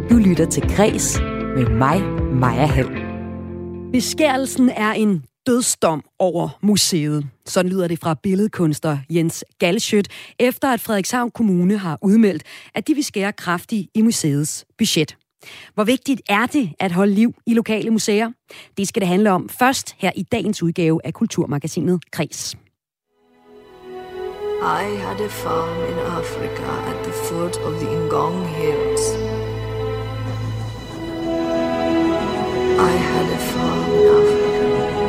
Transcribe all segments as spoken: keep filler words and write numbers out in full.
Du lytter til Græs med mig, Maja Hall. Beskærelsen er en dødsdom over museet. Sådan lyder det fra billedkunstner Jens Galschiøt, efter at Frederikshavn Kommune har udmeldt, at de vil skære kraftigt i museets budget. Hvor vigtigt er det at holde liv i lokale museer? Det skal det handle om først her i dagens udgave af Kulturmagasinet Græs. I had a farm in Africa at the foot of the Ngong Hills. I had a farm in Africa.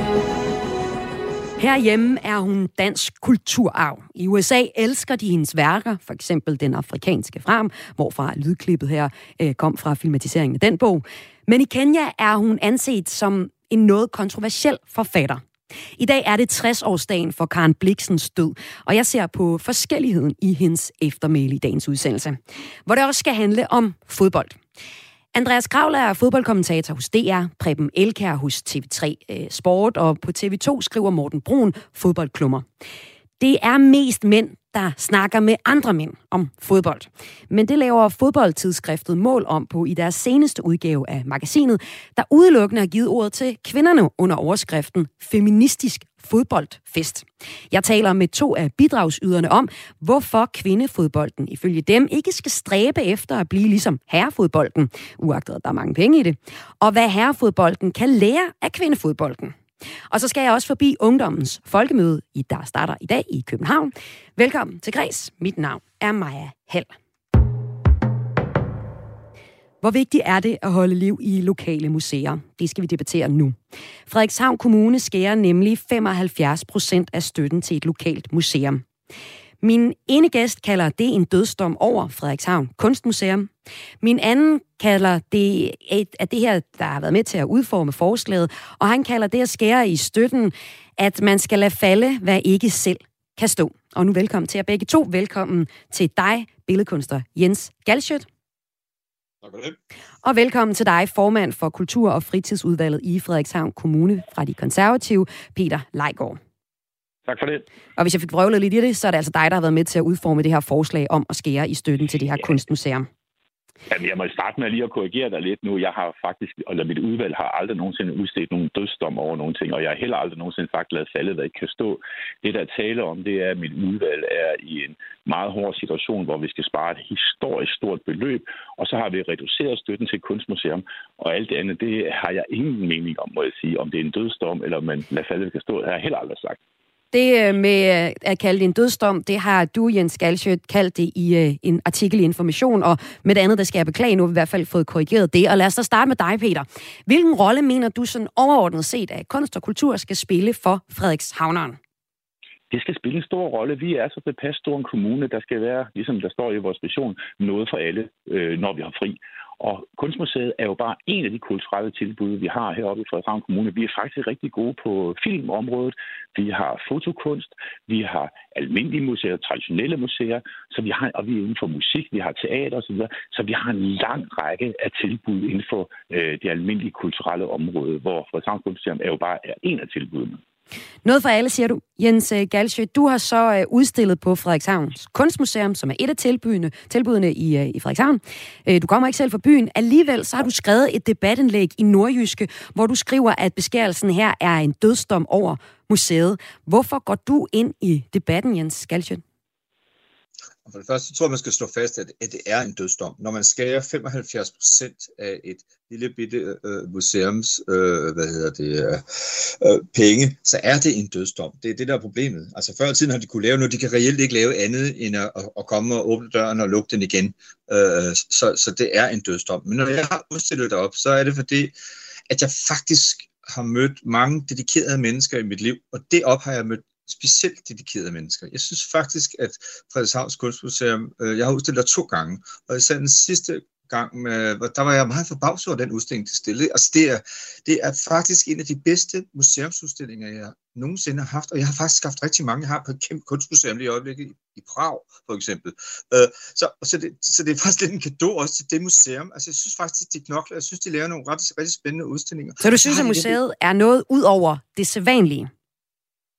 Herhjemme er hun dansk kulturarv. I U S A elsker de hendes værker, for eksempel Den afrikanske farm, hvorfra lydklippet her øh, kom fra filmatiseringen af den bog. Men i Kenya er hun anset som en noget kontroversiel forfatter. I dag er det tres-årsdagen for Karen Blixens død, og jeg ser på forskelligheden i hendes eftermæle i dagens udsendelse, hvor det også skal handle om fodbold. Andreas Kraul er fodboldkommentator hos D R, Preben Elkjær hos T V tre Sport, og på T V to skriver Morten Brun fodboldklummer. Det er mest mænd, der snakker med andre mænd om fodbold. Men det laver fodboldtidsskriftet mål om på i deres seneste udgave af magasinet, der udelukkende har givet ordet til kvinderne under overskriften Feministisk fodboldfest. Jeg taler med to af bidragsyderne om, hvorfor kvindefodbolden ifølge dem ikke skal stræbe efter at blive ligesom herrefodbolden, uagtet at der er mange penge i det, og hvad herrefodbolden kan lære af kvindefodbolden. Og så skal jeg også forbi ungdommens folkemøde, der starter i dag i København. Velkommen til Græs. Mit navn er Maja Hall. Hvor vigtigt er det at holde liv i lokale museer? Det skal vi debattere nu. Frederikshavn Kommune skærer nemlig femoghalvfjerds procent af støtten til et lokalt museum. Min ene gæst kalder det en dødsdom over Frederikshavn Kunstmuseum. Min anden kalder det, at det her, der har været med til at udforme forslaget, og han kalder det at skære i støtten, at man skal lade falde, hvad ikke selv kan stå. Og nu velkommen til jer begge to. Velkommen til dig, billedkunstner Jens Galschiøt. Tak for det. Og velkommen til dig, formand for Kultur- og Fritidsudvalget i Frederikshavn Kommune fra De Konservative, Peter Leiggaard. Tak for det. Og hvis jeg fik vrøvlet lidt i det, så er det altså dig, der har været med til at udforme det her forslag om at skære i støtten til det her ja. kunstmuseum. Jamen, jeg må starte med lige at korrigere dig lidt nu. Jeg har faktisk, eller mit udvalg har aldrig nogensinde udstedt nogen dødsdom over nogen ting, og jeg har heller aldrig nogensinde sagt, lad falde, hvad ikke kan stå. Det, der taler om, det er, at mit udvalg er i en meget hård situation, hvor vi skal spare et historisk stort beløb, og så har vi reduceret støtten til kunstmuseum, og alt det andet, det har jeg ingen mening om, må jeg sige, om det er en dødsdom, eller om man lad falde, hvad kan stå. Det har jeg heller aldrig sagt. Det med at kalde det en dødsdom, det har du, Jens Galschiøt, kaldt det i en artikel i Information, og med det andet, der skal jeg beklage, nu har vi i hvert fald fået korrigeret det. Og lad os da starte med dig, Peter. Hvilken rolle mener du sådan overordnet set, at kunst og kultur skal spille for Frederikshavneren? Det skal spille en stor rolle. Vi er så tilpas stor en kommune, der skal være, ligesom der står i vores vision, noget for alle, øh, når vi har fri. Og Kunstmuseet er jo bare en af de kulturelle tilbud, vi har heroppe i Frederikshavn Kommune. Vi er faktisk rigtig gode på filmområdet. Vi har fotokunst, vi har almindelige museer, traditionelle museer, så vi har, og vi er inden for musik, vi har teater osv. Så vi har en lang række af tilbud inden for øh, det almindelige kulturelle område, hvor Frederikshavn Kunstmuseum er jo bare er en af tilbudene. Noget for alle, siger du, Jens Galschiøt. Du har så udstillet på Frederikshavns Kunstmuseum, som er et af tilbudene, tilbudene i, i Frederikshavn. Du kommer ikke selv fra byen. Alligevel så har du skrevet et debatindlæg i Nordjyske, hvor du skriver, at beskærelsen her er en dødsdom over museet. Hvorfor går du ind i debatten, Jens Galschiøt? For det første, så tror jeg, man skal slå fast, at det er en dødsdom. Når man skærer femoghalvfjerds procent af et lille bitte øh, museums øh, hvad hedder det, øh, penge, så er det en dødsdom. Det er det, der er problemet. Altså før i tiden har de kunne lave noget, de kan reelt ikke lave andet, end at, at komme og åbne døren og lukke den igen. Øh, så, så det er en dødsdom. Men når jeg har udstillet det op, så er det fordi, at jeg faktisk har mødt mange dedikerede mennesker i mit liv, og det op har jeg mødt specielt dedikerede mennesker. Jeg synes faktisk, at Frederikshavns Kunstmuseum, øh, jeg har udstillet der to gange, og især den sidste gang, med, der var jeg meget forbavset over den udstilling, de stillede. Altså det er, det er faktisk en af de bedste museumsudstillinger, jeg nogensinde har haft, og jeg har faktisk haft rigtig mange. Jeg har på et kæmpe kunstmuseum lige i øjeblikket i, i Prag, for eksempel. Øh, så, så, det, så det er faktisk lidt en cadeau også til det museum. Altså jeg synes faktisk, de knokler. Jeg synes, de laver nogle ret, rigtig spændende udstillinger. Så du synes, at museet er noget ud over det sædvanlige?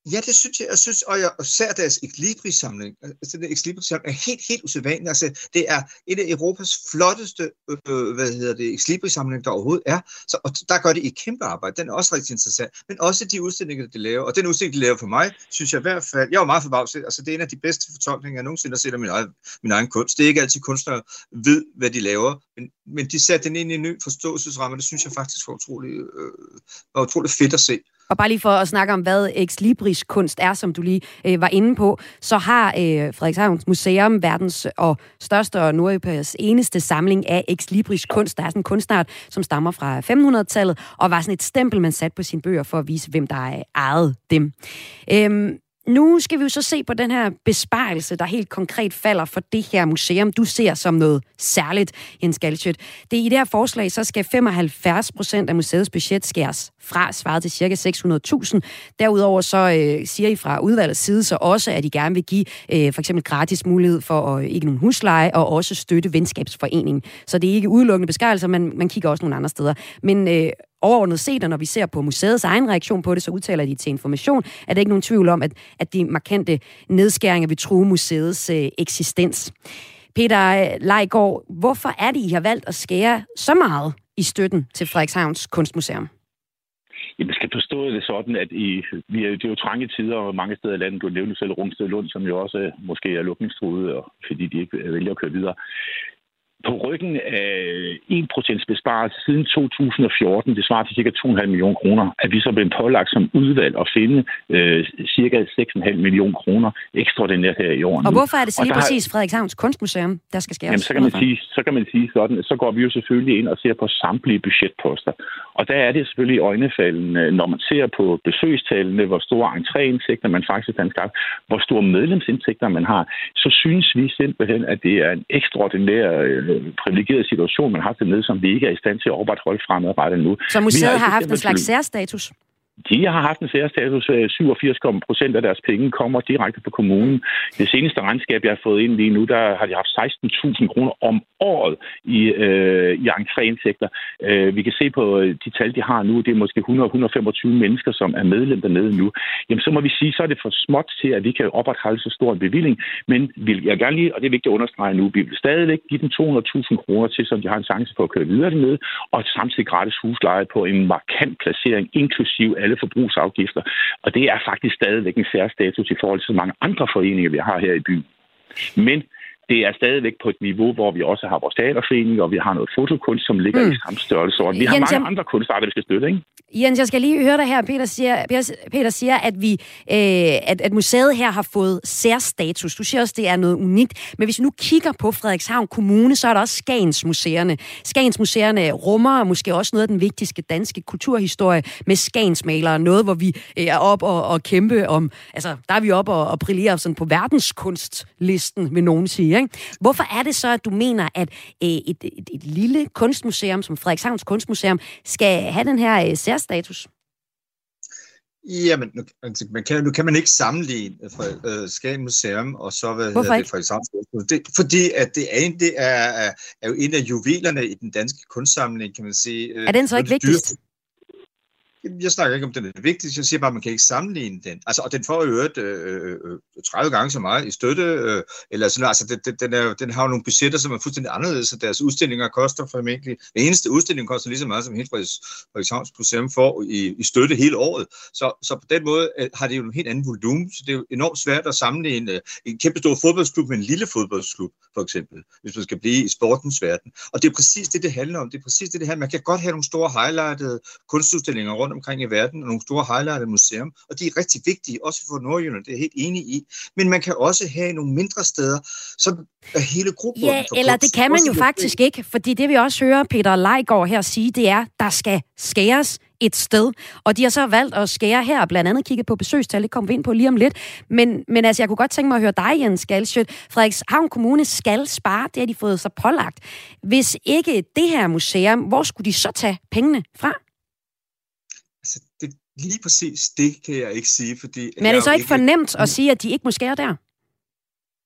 Ja, det synes jeg. Jeg synes, og jeg ser deres Exlibris-samling. Altså, den Exlibris-samling er helt, helt usædvanlig. Altså, det er et af Europas flotteste, øh, hvad hedder det, Exlibris-samling, der overhovedet er. Så, og der gør det et kæmpe arbejde. Den er også rigtig interessant. Men også de udstillinger, de laver. Og den udstilling, de laver for mig, synes jeg i hvert fald, jeg er jo meget forbavset. Altså, det er en af de bedste fortolkninger, jeg nogensinde har set af min egen, min egen kunst. Det er ikke altid kunstnere ved, hvad de laver. Men, men de satte den ind i en ny forståelsesramme, og det synes jeg faktisk var utrolig, øh, var utrolig fedt at se. Og bare lige for at snakke om, hvad Exlibris kunst er, som du lige øh, var inde på, så har øh, Frederikshavns Museum verdens og største og Nordeuropas eneste samling af Exlibris kunst. Der er sådan en kunstart, som stammer fra femtenhundredetallet, og var sådan et stempel, man satte på sine bøger for at vise, hvem der er ejet dem. Øhm, Nu skal vi jo så se på den her besparelse, der helt konkret falder for det her museum, du ser som noget særligt, Jens Galschiøt. Det i det her forslag, så skal femoghalvfjerds procent af museets budget skæres fra, svaret til ca. seks hundrede tusind. Derudover så øh, siger I fra udvalgets side så også, at I gerne vil give øh, for eksempel gratis mulighed for øh, ikke nogen husleje, og også støtte venskabsforeningen. Så det er ikke udelukkende besparelser, man, man kigger også nogle andre steder. Men øh, overordnet set, og når vi ser på museets egen reaktion på det, så udtaler de til Information, at der ikke nogen tvivl om, at, at de markante nedskæringer vil true museets øh, eksistens. Peter Leiggaard, hvorfor er det, I har valgt at skære så meget i støtten til Frederikshavns Kunstmuseum? Jeg skal forstå det sådan, at I, vi er, det er jo trange tider, og mange steder i landet, du nævnte selv Rungsted Lund, som jo også måske er lukningstruede, fordi de ikke vælger at køre videre. På ryggen af en procent besparelse siden to tusind og fjorten, det svarer til cirka to komma fem millioner kroner, at vi så blevet pålagt som udvalg at finde øh, cirka seks komma fem millioner kroner ekstraordinært her i år. Og hvorfor er det så lige præcis har... Frederikshavns Kunstmuseum, der skal skæres? Jamen, så kan man sige, så kan man sige sådan, så går vi jo selvfølgelig ind og ser på samtlige budgetposter. Og der er det selvfølgelig øjnefaldende, når man ser på besøgstallene, hvor store entréindtægter man faktisk har skabt, hvor store medlemsindtægter man har, så synes vi simpelthen, at det er en ekstraordinær privilegeret situation, man har til nede, som vi ikke er i stand til at opretholde fremadrettet nu. Så museet har, har haft en slags særstatus? De har haft en særstatus. syvogfirs procent af deres penge kommer direkte fra kommunen. Det seneste regnskab, jeg har fået ind lige nu, der har de haft seksten tusind kroner om året i, øh, i entréindtægter. Øh, vi kan se på de tal, de har nu, det er måske hundrede til hundrede og femogtyve mennesker, som er medlem dernede nu. Jamen, så må vi sige, så er det for småt til, at vi kan opretholde så stor en bevilling. Men vil jeg gerne lige, og det er vigtigt at understrege nu, vi vil stadigvæk give dem to hundrede tusind kroner til, så de har en chance for at køre videre dernede, og samtidig gratis husleje på en markant placering, inklusiv alle forbrugsafgifter. Og det er faktisk stadigvæk en særstatus i forhold til så mange andre foreninger, vi har her i byen. Men det er stadigvæk på et niveau, hvor vi også har vores teaterforening, og vi har noget fotokunst, som ligger mm. i samme størrelse. Og vi har Jens, mange andre kunstarter, vi skal støtte, ikke? Jens, jeg skal lige høre dig her. Peter siger, Peter siger at, vi, øh, at, at museet her har fået særstatus. Du siger også, det er noget unikt. Men hvis vi nu kigger på Frederikshavn Kommune, så er der også Skagens Museerne. Skagens Museerne rummer måske også noget af den vigtigste danske kulturhistorie med skagensmalere. Noget, hvor vi er op og, og kæmpe om... Altså, der er vi op og, og brillerer sådan på verdenskunstlisten, vil nogen sige. Ikke? Hvorfor er det så, at du mener, at øh, et, et, et lille kunstmuseum som Frederikshavns Kunstmuseum skal have den her øh, særstatus? Jamen, nu, altså, man kan, nu kan man ikke sammenligne fra øh, Skagen Museum og så hvad Hvorfor hedder det Frederikshavns Kunstmuseum. Det, fordi at det er, en, det er, er, er jo en af juvelerne i den danske kunstsamling, kan man sige. Er den så ikke vigtigst? Dyre. Jeg snakker ikke om, den er vigtig. Jeg siger bare, at man kan ikke sammenligne den. Altså, og den får jo øvrigt øh, øh, tredive gange så meget i støtte. Øh, eller sådan, altså, den, den, er, den har jo nogle budgetter, som er fuldstændig anderledes, så deres udstillinger koster formentlig. Den eneste udstilling koster lige så meget, som hele Frederikshavns Museum får i, i støtte hele året. Så, så på den måde øh, har det jo en helt anden volumen. Så det er jo enormt svært at sammenligne øh, en kæmpe stor fodboldsklub med en lille fodboldsklub, for eksempel, hvis man skal blive i sportens verden. Og det er præcis det, det handler om. Det er præcis det, det handler om. Man kan godt have nogle store highlightede kunstudstillinger rundt omkring i verden, og nogle store highlighted museum, og de er rigtig vigtige, også for Nordjylland, det er jeg helt enig i. Men man kan også have nogle mindre steder, så er hele gruppen... Ja, eller det kan man jo faktisk ikke, fordi det vi også hører Peter Leiggaard her sige, det er, der skal skæres et sted. Og de har så valgt at skære her, blandt andet kigge på besøgstal, det kommer vi ind på lige om lidt. Men, men altså, jeg kunne godt tænke mig at høre dig, Jens Galschiøt. Frederikshavn Kommune skal spare, det har de fået sig pålagt. Hvis ikke det her museum, hvor skulle de så tage pengene fra? Altså, det, lige præcis det kan jeg ikke sige, fordi... Men er det så ikke for nemt at sige, at de ikke må skære der?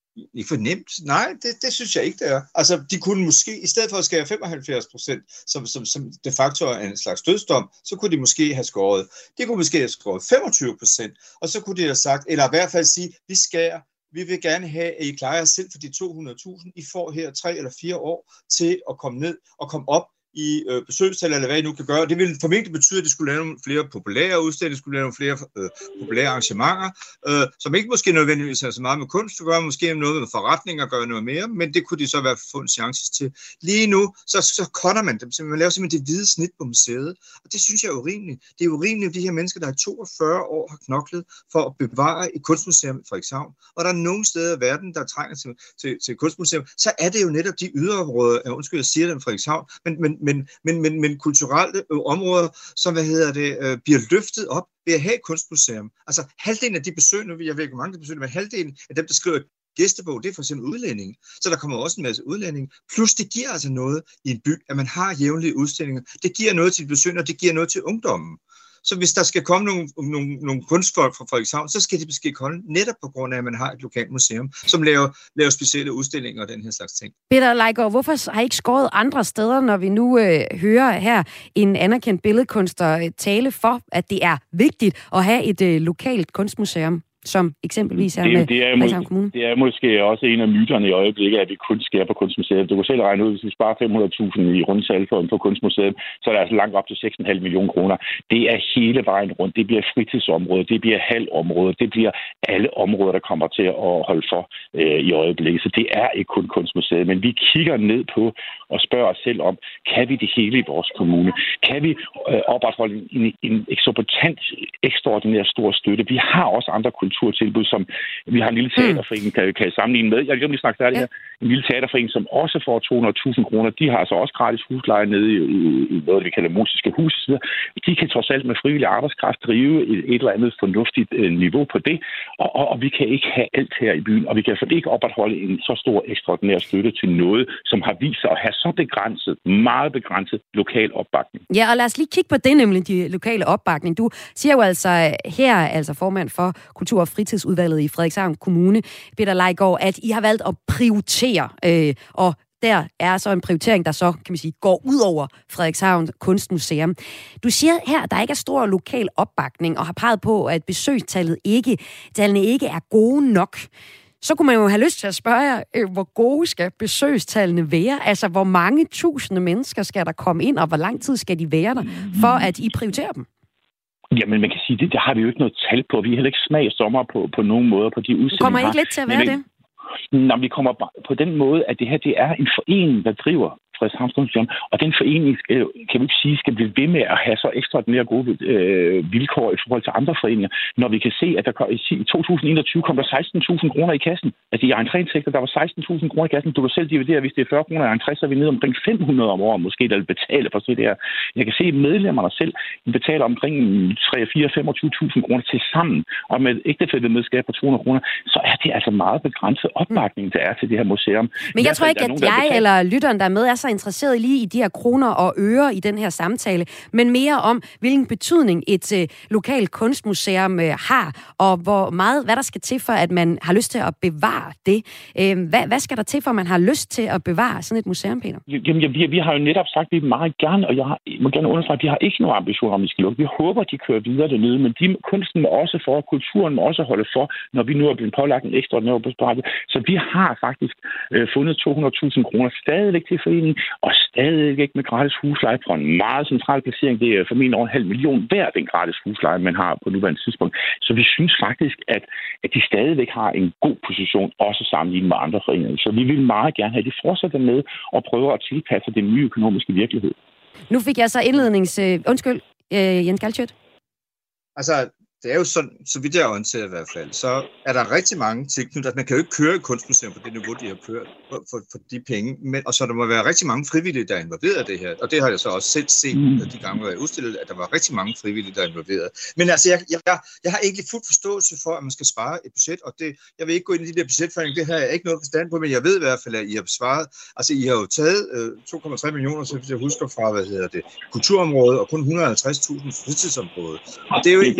Ikke for nemt? Nej, det, det synes jeg ikke, det er. Altså, de kunne måske, i stedet for at skære femoghalvfjerds procent, som, som, som de facto er en slags dødsdom, så kunne de måske have skåret. De kunne måske have skåret femogtyve procent, og så kunne de have sagt, eller i hvert fald sige, vi skærer, vi vil gerne have, at I klarer jer selv for de to hundrede tusind. I får her tre eller fire år til at komme ned og komme op i øh, besøgstal, eller hvad I nu kan gøre. Det ville formentlig betyde, at de skulle lave nogle flere populære udstillinger, de skulle lave nogle flere øh, populære arrangementer, øh, som ikke måske nødvendigvis har så meget med kunst at gøre, måske noget med forretninger at gøre noget mere, men det kunne de så i hvert fald få en chance til. Lige nu, så, så cutter man dem, man laver simpelthen det hvide snit på museet, og det synes jeg er urimeligt. Det er urimeligt, at de her mennesker, der i toogfyrre år har knoklet for at bevare et kunstmuseum i Frederikshavn, og der er nogle steder i verden, der trænger til, til, til kunstmuseum, så er det jo netop de yderområder, undskyld, jeg siger det, Frederikshavn, men, men Men, men, men, men kulturelle øh, områder, som hvad hedder det, øh, bliver løftet op ved at have et kunstmuseum. Altså halvdelen af de besøgende, jeg ved ikke, hvor mange der besøger, men halvdelen af dem, der skriver gæstebog, det er for eksempel udlændinge. Så der kommer også en masse udlændinge. Plus det giver altså noget i en by, at man har jævnlige udstillinger. Det giver noget til de besøgende, og det giver noget til ungdommen. Så hvis der skal komme nogle, nogle, nogle kunstfolk fra Frederikshavn, så skal de måske komme netop på grund af, at man har et lokalt museum, som laver, laver specielle udstillinger og den her slags ting. Peter Leiggaard, hvorfor har I ikke skåret andre steder, når vi nu øh, hører her en anerkendt billedkunstner tale for, at det er vigtigt at have et øh, lokalt kunstmuseum? Som eksempelvis er det, med det er, Frederikshavn Kommune. Det er måske også en af myterne i øjeblikket, at vi kun skærer på kunstmuseet. Du kan selv regne ud, hvis vi sparer fem hundrede tusind i rundtal på kunstmuseet, så er det altså langt op til seks komma fem millioner kroner. Det er hele vejen rundt. Det bliver fritidsområder, det bliver halvområder, det bliver alle områder, der kommer til at holde for øh, i øjeblikket. Så det er ikke kun kunstmuseet, men vi kigger ned på og spørger os selv om, kan vi det hele i vores kommune? Kan vi øh, opretholde en, en eksorbitant, ekstraordinær stor støtte? Vi har også andre kulturtilbud, som vi har en lille teaterforening, kan, kan jeg sammenligne med. Jeg kan lige snakke færdig her. En lille teaterforening, som også får to hundrede tusind kroner. De har altså også gratis husleje nede i, i, i noget, vi kalder musiske hus. De kan trods alt med frivillig arbejdskraft drive et, et eller andet fornuftigt øh, niveau på det, og, og, og vi kan ikke have alt her i byen, og vi kan altså ikke opretholde en så stor ekstraordinær støtte til noget, som har vist sig at have så begrænset, meget begrænset lokal opbakning. Ja, og lad os lige kigge på det, nemlig de lokale opbakning. Du siger jo altså her, altså formand for Kultur- og Fritidsudvalget i Frederikshavn Kommune, Peter Leiggaard, at I har valgt at prioritere, øh, og der er så en prioritering, der så, kan man sige, går ud over Frederikshavn Kunstmuseum. Du siger her, at der ikke er stor lokal opbakning, og har peget på, at besøgstallet ikke, tallene ikke er gode nok. Så kunne man jo have lyst til at spørge jer, øh, hvor gode skal besøgstallene være? Altså, hvor mange tusinde mennesker skal der komme ind, og hvor lang tid skal de være der, for at I prioriterer dem? Jamen, man kan sige, det, det har vi jo ikke noget tal på. Vi er heller ikke smagsdommer på, på nogen måder på de udstillinger. Kommer I ikke lidt til at være det? Når vi kommer på den måde, at det her det er en forening, der driver Frederikshavn Kunstmuseum, og den forening skal, kan vi ikke sige, skal blive ved med at have så ekstraordinære gode øh, vilkår i forhold til andre foreninger, når vi kan se, at der i to tusind og enogtyve kom der seksten tusind kroner i kassen. Altså i entréindtægter, der var seksten tusind kroner i kassen. Du kan selv dividere, hvis det er fyrre kroner i entré, så er vi nede omkring fem hundrede om året, måske, der betaler for det her. Jeg kan se, at medlemmerne selv betaler omkring tre, fire, femogtyve tusind kroner til sammen, og med ægtefællemedskab på to hundrede kroner, så er det altså meget begrænset opbakning, der er til det her museum. Men jeg tror ikke, at jeg eller lytteren, der er med, er så interesseret lige i de her kroner og øre i den her samtale, men mere om, hvilken betydning et øh, lokalt kunstmuseum øh, har, og hvor meget, hvad der skal til for, at man har lyst til at bevare det. Øh, hvad, hvad skal der til for, at man har lyst til at bevare sådan et museum, Peter? Jamen, vi, vi har jo netop sagt, at vi meget gerne, og jeg har, må gerne understrege, at vi har ikke nogen ambitioner om, at vi skal lukke. Vi håber, de kører videre dernede, men de, kunsten må også for, kulturen må også holde for, når vi nu er blevet pålagt en ekstraordinær besparelse. Så vi har faktisk øh, fundet to hundrede tusind kroner stadigvæk til foreningen, og stadigvæk med gratis husleje fra en meget central placering. Det er formentlig over en halv million hver den gratis husleje, man har på nuværende tidspunkt. Så vi synes faktisk, at, at de stadigvæk har en god position, også sammenlignet med andre foreninger. Så vi vil meget gerne have, at de fortsætter med og prøver at tilpasse den nye økonomiske virkelighed. Nu fik jeg så indlednings... Øh, undskyld, øh, Jens Galschiøt. Altså, det er jo sådan, så vidt jeg er orienteret i hvert fald, så er der rigtig mange tilknyttet. Man kan jo ikke køre et kunstmuseum på det niveau, de har kørt for, for, for de penge, men, og så der må være rigtig mange frivillige, der er involveret i det her. Og det har jeg så også selv set, de gange, hvor jeg udstillet, at der var rigtig mange frivillige, der er involveret. Men altså, jeg, jeg, jeg har egentlig fuld forståelse for, at man skal spare et budget, og det, jeg vil ikke gå ind i de der budgetforhandlinger, det har jeg ikke noget forstand på, men jeg ved i hvert fald, at I har besvaret, altså I har jo taget øh, to komma tre millioner, så jeg husker fra, hvad hedder det, kulturområdet, og kun et hundrede og halvtreds tusind fritidsområdet. Og det er jo ikke, jeg kom jo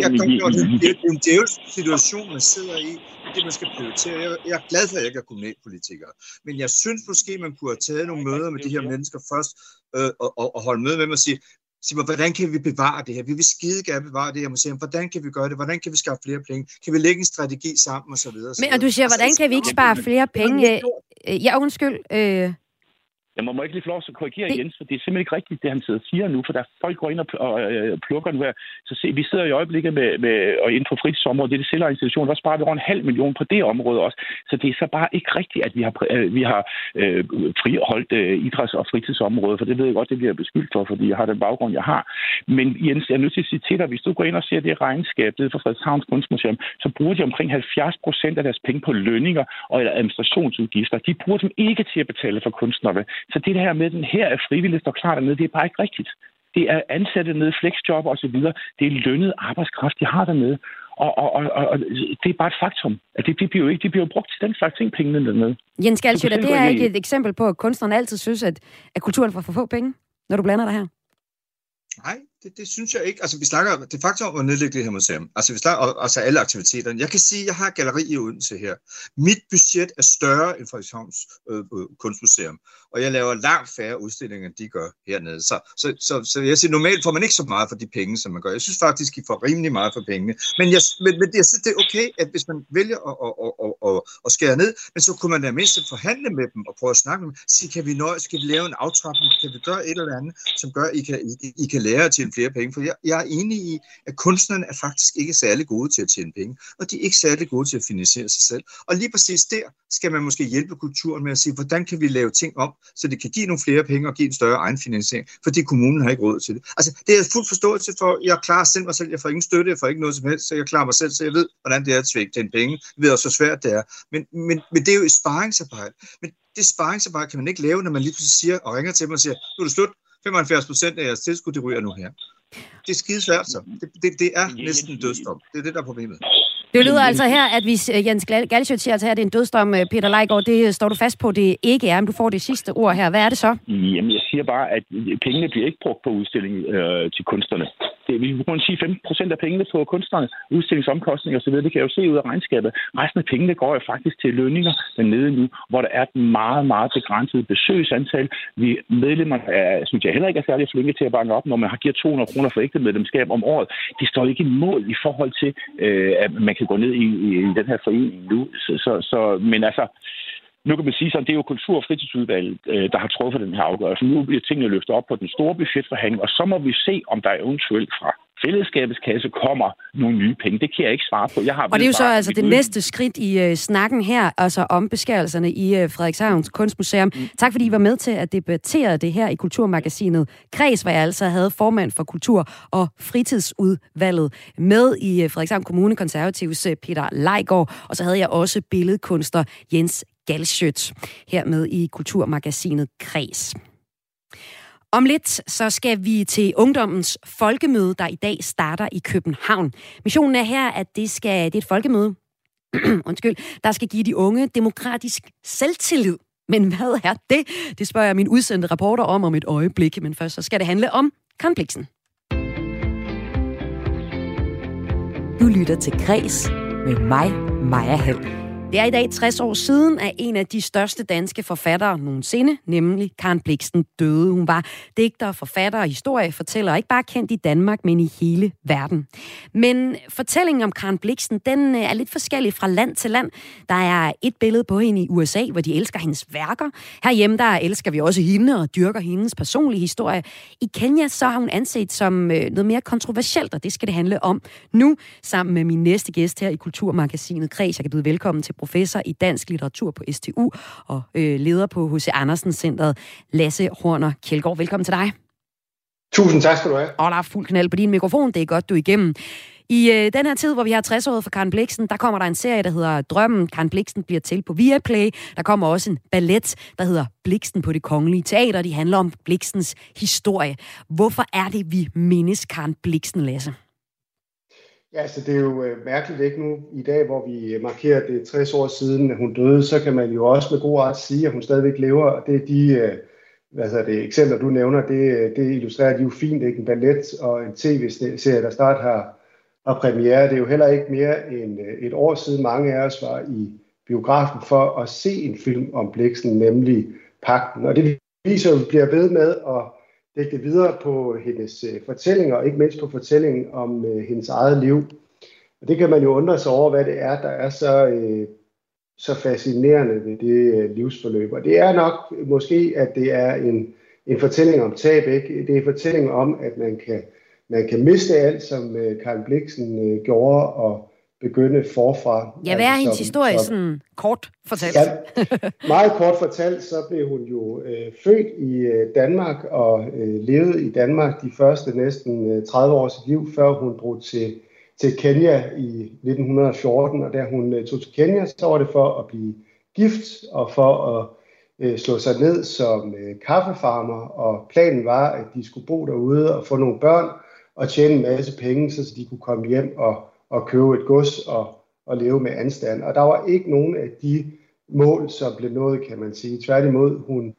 Og det, det, det er en djævelsk situation, man sidder i, det man skal prioritere. Jeg, jeg er glad for, at jeg ikke er kommunalpolitiker. Men jeg synes måske, man kunne have taget nogle møder med de her mennesker først, øh, og, og, og holde møde med dem og sige, sig mig, hvordan kan vi bevare det her? Vi vil skide gerne bevare det her museum. Hvordan kan vi gøre det? Hvordan kan vi skaffe flere penge? Kan vi lægge en strategi sammen og så videre? Men og du siger, hvordan kan vi ikke spare flere penge? Ja, undskyld. Øh... Jeg må, må ikke lige få lov at korrigere det... Jens, for det er simpelthen ikke rigtigt, det han sidder og siger nu, for der folk går ind og, og, og plukker nu her. Så se, vi sidder i øjeblikket med, med og inden for fritidsområdet, det er det selvejende institution, der sparer vi over en halv million på det område også. Så det er så bare ikke rigtigt, at vi har, vi har øh, friholdt øh, idræts- og fritidsområdet, for det ved jeg godt, det bliver beskyldt for, fordi jeg har den baggrund, jeg har. Men Jens, jeg er nødt til at sige til dig, hvis du går ind og ser det regnskab, det er for Frederikshavns Kunstmuseum, så bruger de omkring halvfjerds procent af deres penge på lønninger og eller administrationsudgifter. De bruger dem ikke til at betale for kunstnerne. Så det her med den her er frivilligt og klar dernede, det er bare ikke rigtigt. Det er ansatte nede, flexjob og så videre. Det er lønnet arbejdskraft, de har dernede. Og, og, og, og det er bare et faktum. At det, det bliver jo ikke, det bliver jo brugt til den slags ting, pengene dernede. Jens Galschiøt, det er ikke et eksempel på, at kunstneren altid synes, at, at kulturen får for få penge, når du blander det her? Nej, det, det synes jeg ikke. Altså, vi snakker det er faktisk om at nedlægge det her museum. Altså, vi snakker altså alle aktiviteterne. Jeg kan sige, at jeg har et galleri i Odense her. Mit budget er større end Frederikshavns øh, Kunstmuseum, og jeg laver langt færre udstillinger, end de gør hernede. Så, så, så, så jeg siger, normalt får man ikke så meget for de penge, som man gør. Jeg synes faktisk, I får rimelig meget for pengene. Men jeg, men, men jeg synes, det er okay, at hvis man vælger at, at, at, at, at, at skære ned, men så kunne man da mindst forhandle med dem og prøve at snakke med dem. Sige, kan vi nøjes, skal vi lave en aftrapning, kan vi gøre et eller andet, som gør, at I kan, I, I kan lære at tjene flere penge. For jeg, jeg er enig i, at kunstnerne er faktisk ikke særlig gode til at tjene penge, og de er ikke særlig gode til at finansiere sig selv. Og lige præcis der skal man måske hjælpe kulturen med at sige, hvordan kan vi lave ting om, så det kan give nogle flere penge og give en større egenfinansiering, fordi kommunen har ikke råd til det. Altså, det er fuld forståelse for, jeg klarer selv mig selv, jeg får ingen støtte, jeg får ikke noget som helst, så jeg klarer mig selv, så jeg ved, hvordan det er at tjene penge. Jeg ved også, hvor svært det er. Men, men, men det er jo et sparringsarbejde. Men det sparringsarbejde kan man ikke lave, når man lige pludselig siger og ringer til mig og siger, nu er det slut, femoghalvfjerds procent af jeres tilskud, det ryger nu her. Det er skide svært, så. Det, det, det er næsten dødsdom. Det er det, der er problemet. Det lyder altså her, at hvis Jens Galschiøt siger, at det er en dødsdom, Peter Leiggaard, det står du fast på, det ikke er, men du får det sidste ord her. Hvad er det så? Jamen, jeg siger bare, at pengene bliver ikke brugt på udstilling øh, til kunstnerne. Det, vi kan kun sige femten procent af pengene på kunstnerne, udstillingsomkostninger osv., det kan jeg jo se ud af regnskabet. Resten af pengene går jo faktisk til lønninger dernede nu, hvor der er et meget, meget begrænset besøgsantal. Vi medlemmer er, synes jeg heller ikke er særlig flinke til at banke op, når man har givet to hundrede kroner for ægte medlemskab om året. Det står ikke i mål i forhold til, øh, at man kan gå ned i, i, i den her forening nu. Så, så, så, men altså, nu kan man sige sådan, det er jo Kultur- og Fritidsudvalget, øh, der har truffet den her afgørelse. Nu bliver tingene løftet op på den store budgetforhandling, og så må vi se, om der eventuelt fra fællesskabets kasse kommer nogle nye penge. Det kan jeg ikke svare på. Jeg har og det er jo så altså det næste skridt i uh, snakken her, altså om beskærelserne i uh, Frederikshavns Kunstmuseum. Mm. Tak fordi I var med til at debattere det her i Kulturmagasinet Kreds, hvor jeg altså havde formand for Kultur- og Fritidsudvalget med i uh, Frederikshavn Kommune Konservatives uh, Peter Leiggaard, og så havde jeg også billedkunstner Jens Galschiøt her med i Kulturmagasinet Kreds. Om lidt så skal vi til Ungdommens Folkemøde, der i dag starter i København. Missionen er her, at det, skal, det er et folkemøde, undskyld, der skal give de unge demokratisk selvtillid. Men hvad er det? Det spørger jeg min udsendte reporter om om et øjeblik. Men først så skal det handle om Karen Blixen. Du lytter til Kreds med mig, Maja Hall. Det er i dag tres år siden, at en af de største danske forfattere nogensinde, nemlig Karen Blixen, døde. Hun var digter, forfatter og historiefortæller, ikke bare kendt i Danmark, men i hele verden. Men fortællingen om Karen Blixen, den er lidt forskellig fra land til land. Der er et billede på hende i U S A, hvor de elsker hendes værker. Herhjemme, der elsker vi også hende og dyrker hendes personlige historie. I Kenya, så har hun anset som noget mere kontroversielt, og det skal det handle om nu, sammen med min næste gæst her i Kulturmagasinet Kreds. Jeg kan byde velkommen til professor i dansk litteratur på S T U og øh, leder på H C Andersen Centret, Lasse Horner Kjeldgaard. Velkommen til dig. Tusind tak skal du have. Og der er fuld knald på din mikrofon, det er godt, du er igennem. I øh, den her tid, hvor vi har tres-året for Karen Blixen, der kommer der en serie, der hedder Drømmen. Karen Blixen bliver til på Viaplay. Der kommer også en ballet, der hedder Blixen på Det Kongelige Teater. De handler om Blixens historie. Hvorfor er det, vi mindes Karen Blixen, Lasse? Ja, altså det er jo øh, mærkeligt, ikke nu i dag, hvor vi markerer det tres år siden, at hun døde, så kan man jo også med god ret sige, at hun stadigvæk lever, og det er de øh, hvad hedder det, eksempler, du nævner, det, det illustrerer de jo fint, ikke? En ballet og en tv-serie, der snart har, og premiere. Det er jo heller ikke mere end et år siden, mange af os var i biografen for at se en film om Blixen, nemlig Pagten. Og det viser jo, at vi bliver ved med at dække videre på hendes fortællinger, og ikke mindst på fortællingen om hendes eget liv. Og det kan man jo undre sig over, hvad det er, der er så, øh, så fascinerende ved det øh, livsforløb. Og det er nok måske, at det er en, en fortælling om tab, ikke? Det er en fortælling om, at man kan, man kan miste alt, som øh, Karen Blixen øh, gjorde, og begynde forfra. Ja, hvad er hendes som, historie som, sådan kort fortalt? Ja, meget kort fortalt, så blev hun jo øh, født i øh, Danmark og øh, levede i Danmark de første næsten øh, tredive år af sit liv, før hun drog til til Kenya i nitten fjorten, og da hun øh, tog til Kenya, så var det for at blive gift og for at øh, slå sig ned som øh, kaffefarmer, og planen var, at de skulle bo derude og få nogle børn og tjene en masse penge, så de kunne komme hjem og, og købe et gods og, og leve med anstand. Og der var ikke nogen af de mål, som blev nået, kan man sige. Tværtimod, hun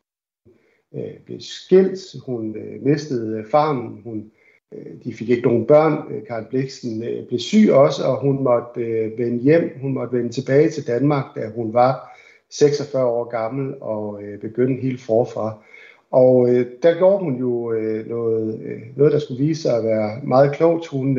øh, blev skilt, hun øh, mistede farmen, hun De fik ikke nogen børn. Karen Blixen blev syg også, og hun måtte vende hjem. Hun måtte vende tilbage til Danmark, da hun var seksogfyrre år gammel og begyndte helt forfra. Og der gjorde hun jo noget, noget, der skulle vise sig at være meget klogt. Hun,